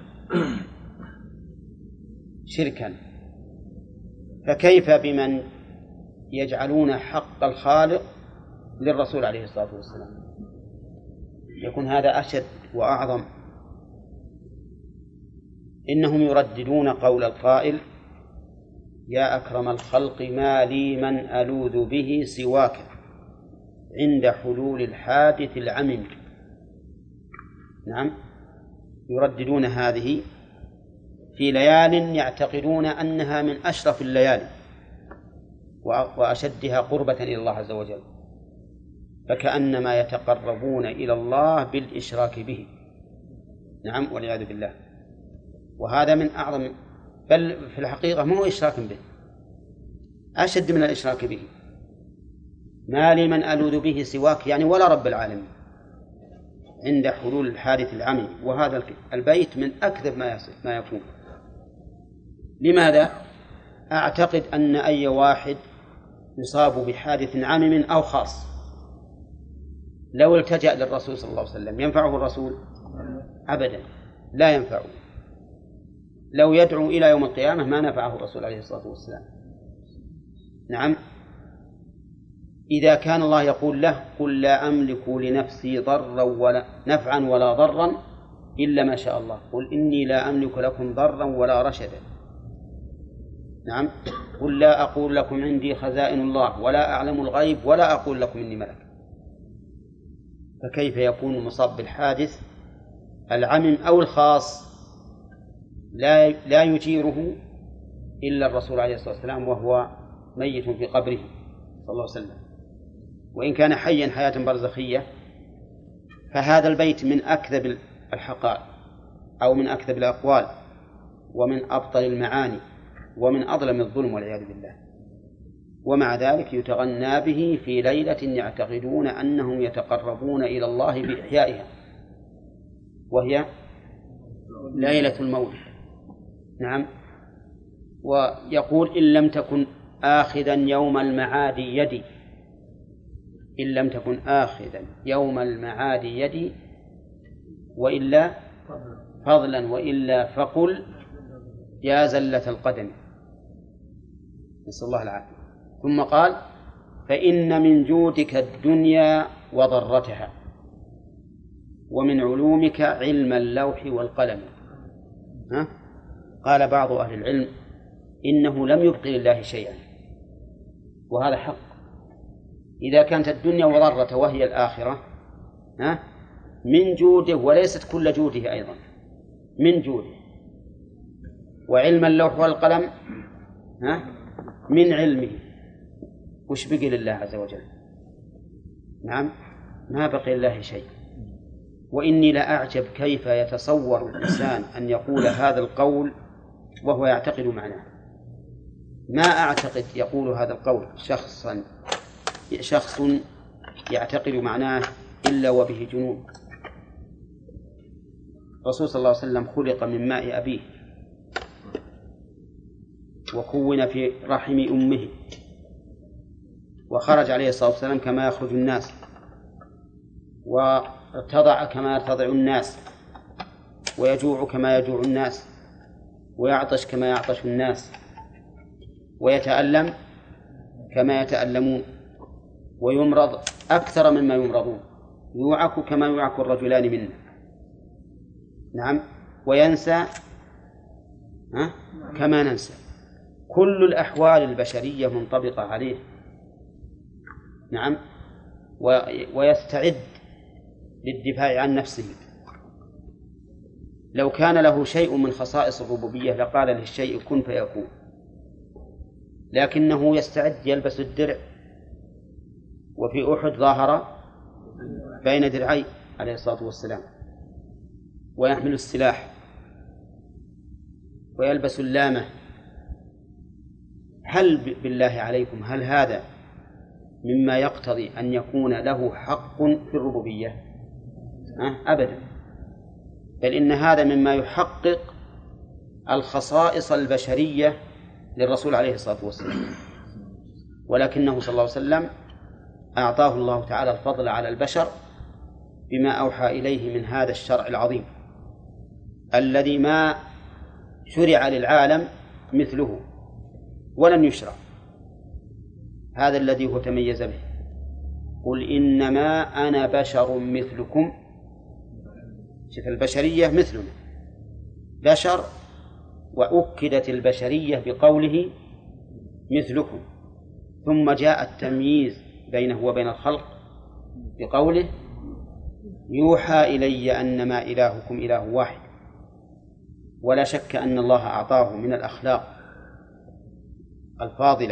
شركا فكيف بمن يجعلون حق الخالق للرسول عليه الصلاة والسلام؟ يكون هذا أشد وأعظم. إنهم يرددون قول القائل: يا أكرم الخلق ما لي من ألوذ به سواك عند حلول الحادث العمم. نعم، يرددون هذه في ليال يعتقدون أنها من أشرف الليالي وأشدها قربة إلى الله عز وجل، فكأنما يتقربون إلى الله بالإشراك به. نعم، والعياذ بالله. وهذا من أعظم، بل في الحقيقة ما هو إشراك به، أشد من الإشراك به. ما لي من ألوذ به سواك، يعني ولا رب العالمين، عند حلول الحادث العمي. وهذا البيت من أكذب ما ما يكون. لماذا؟ أعتقد أن أي واحد يصاب بحادث عمم أو خاص لو التجأ للرسول صلى الله عليه وسلم ينفعه الرسول؟ أبدا لا ينفعه. لو يدعو إلى يوم القيامة ما نفعه الرسول عليه الصلاة والسلام. نعم، إذا كان الله يقول له: قل لا أملك لنفسي ضرا ولا نفعا ولا ضرا إلا ما شاء الله، قل إني لا أملك لكم ضرا ولا رشدا. نعم، قل لا أقول لكم عندي خزائن الله ولا أعلم الغيب ولا أقول لكم إني ملك. فكيف يكون المصاب بالحادث العمم أو الخاص لا لا يجيره إلا الرسول عليه الصلاة والسلام وهو ميت في قبره صلى الله عليه وسلم، وإن كان حيا حياة برزخية؟ فهذا البيت من أكذب الحقائق أو من أكذب الأقوال ومن أبطل المعاني ومن أظلم الظلم والعياذ بالله. ومع ذلك يتغنى به في ليلة يعتقدون أنهم يتقربون إلى الله بإحيائها، وهي ليلة المولد. نعم، ويقول: إن لم تكن آخذا يوم المعاد يدي، إن لم تكن آخذا يوم المعاد يدي وإلا فضلا وإلا فقل يا زلة القدم. نسأل الله العافية. ثم قال: فإن من جودك الدنيا وضرتها ومن علومك علم اللوح والقلم. ها؟ قال بعض أهل العلم إنه لم يبق لله شيئا، وهذا حق. إذا كانت الدنيا وضرته وهي الآخرة ها؟ من جوده، وليست كل جوده أيضا، من جوده. وعلم اللوح والقلم ها؟ من علمه. وش بقي لله عز وجل؟ نعم، ما بقي لله شيء. وإني لأعجب كيف يتصور الإنسان أن يقول هذا القول وهو يعتقد معناه. ما أعتقد يقول هذا القول شخصا شخص يعتقد معناه إلا وبه جنون. الرسول صلى الله عليه وسلم خلق من ماء أبيه وكون في رحم أمه، وخرج عليه الصلاة والسلام كما يخرج الناس، وارتضع كما يرتضع الناس، ويجوع كما يجوع الناس، ويعطش كما يعطش الناس، ويتألم كما يتألمون، ويمرض أكثر مما يمرضون، يوعك كما يوعك الرجلان منا. نعم، وينسى ها؟ كما ننسى. كل الأحوال البشرية منطبقة عليه. نعم، ويستعد للدفاع عن نفسه. لو كان له شيء من خصائص الربوبية لقال للشيء كن فيكون. لكنه يستعد يلبس الدرع، وفي أحد ظاهر بين درعي عليه الصلاة والسلام، ويحمل السلاح ويلبس اللامة. هل بالله عليكم هل هذا مما يقتضي أن يكون له حق في الربوبية؟ أه؟ أبدا، بل إن هذا مما يحقق الخصائص البشرية للرسول عليه الصلاة والسلام، ولكنه صلى الله عليه وسلم أعطاه الله تعالى الفضل على البشر بما أوحى إليه من هذا الشرع العظيم الذي ما شرع للعالم مثله ولن يشرع. هذا الذي هو تميز به: قل إنما أنا بشر مثلكم. شوف البشرية مثلنا بشر، وأكدت البشرية بقوله مثلكم، ثم جاء التمييز بينه وبين الخلق بقوله يوحى إلي أنما إلهكم إله واحد. ولا شك أن الله أعطاه من الأخلاق الفاضلة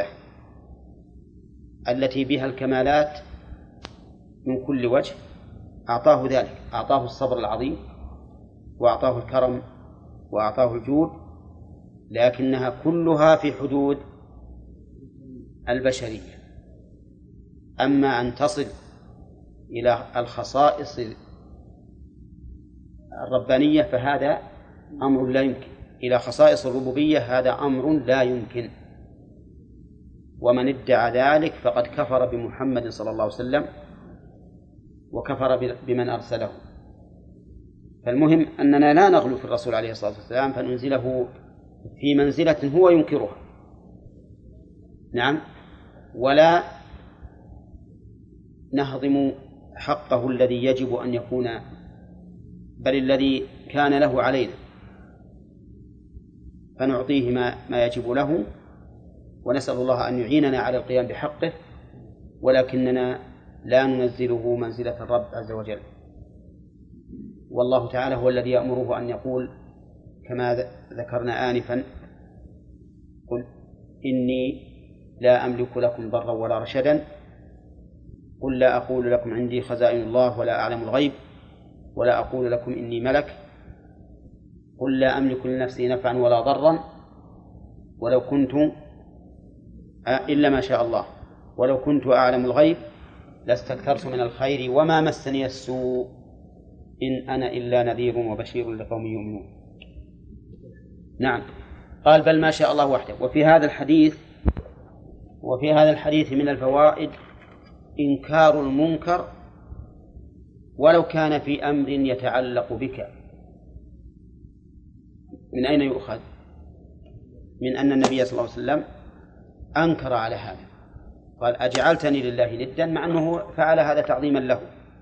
التي بها الكمالات من كل وجه، أعطاه ذلك، أعطاه الصبر العظيم، وأعطاه الكرم، وأعطاه الجود، لكنها كلها في حدود البشرية. أما أن تصل إلى الخصائص الربانية فهذا أمر لا يمكن، إلى خصائص الربوبية هذا أمر لا يمكن، ومن ادعى ذلك فقد كفر بمحمد صلى الله عليه وسلم وكفر بمن أرسله. فالمهم أننا لا نغلو في الرسول عليه الصلاة والسلام فننزله في منزلة هو ينكرها، نعم، ولا نهضم حقه الذي يجب أن يكون، بل الذي كان له علينا، فنعطيه ما, ما يجب له، ونسأل الله أن يعيننا على القيام بحقه، ولكننا لا ننزله منزلة الرب عز وجل. والله تعالى هو الذي يأمره أن يقول كما ذكرنا آنفا: قل إني لا أملك لكم ضرا ولا رشدا، قل لا أقول لكم عندي خزائن الله ولا أعلم الغيب، ولا أقول لكم إني ملك، قل لا أملك لنفسي نفعا ولا ضرا ولو كنت إلا ما شاء الله، ولو كنت أعلم الغيب لاستكثرت من الخير وما مسني السوء إن أنا إلا نذير وبشير لقوم يؤمنون. نعم، قال بل ما شاء الله وحده. وفي هذا الحديث وفي هذا الحديث من الفوائد إنكار المنكر ولو كان في أمر يتعلق بك. من أين يؤخذ؟ من أن النبي صلى الله عليه وسلم أنكر على هذا، قال أجعلتني لله ندا، مع أنه فعل هذا تعظيما له.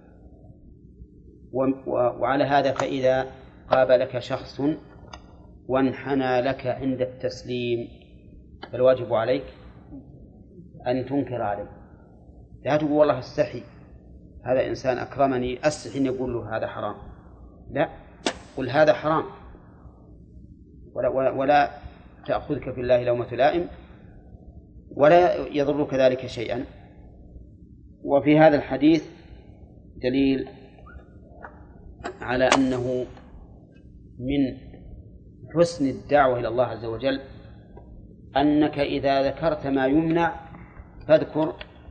وعلى هذا فإذا قابلك شخص وانحنى لك عند التسليم فالواجب عليك أن تنكر عليه، لا تقول والله استحي هذا إنسان أكرمني أستحي أن يقول له هذا حرام، لا، قل هذا حرام، ولا, ولا, ولا تأخذك في الله لومة لائم، ولا يضرك ذلك شيئا. وفي هذا الحديث دليل على أنه من حسن الدعوة إلى الله عز وجل أنك إذا ذكرت ما يمنع فاذكر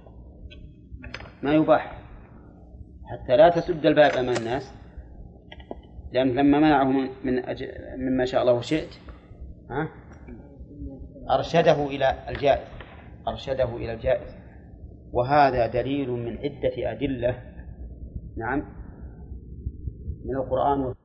ما يباح حتى لا تسد الباب أمام الناس، لأن لما منعه من أج... مما شاء الله شئت ها؟ أرشده إلى الجائز أرشده إلى الجائز وهذا دليل من عدة أدلة، نعم، من القرآن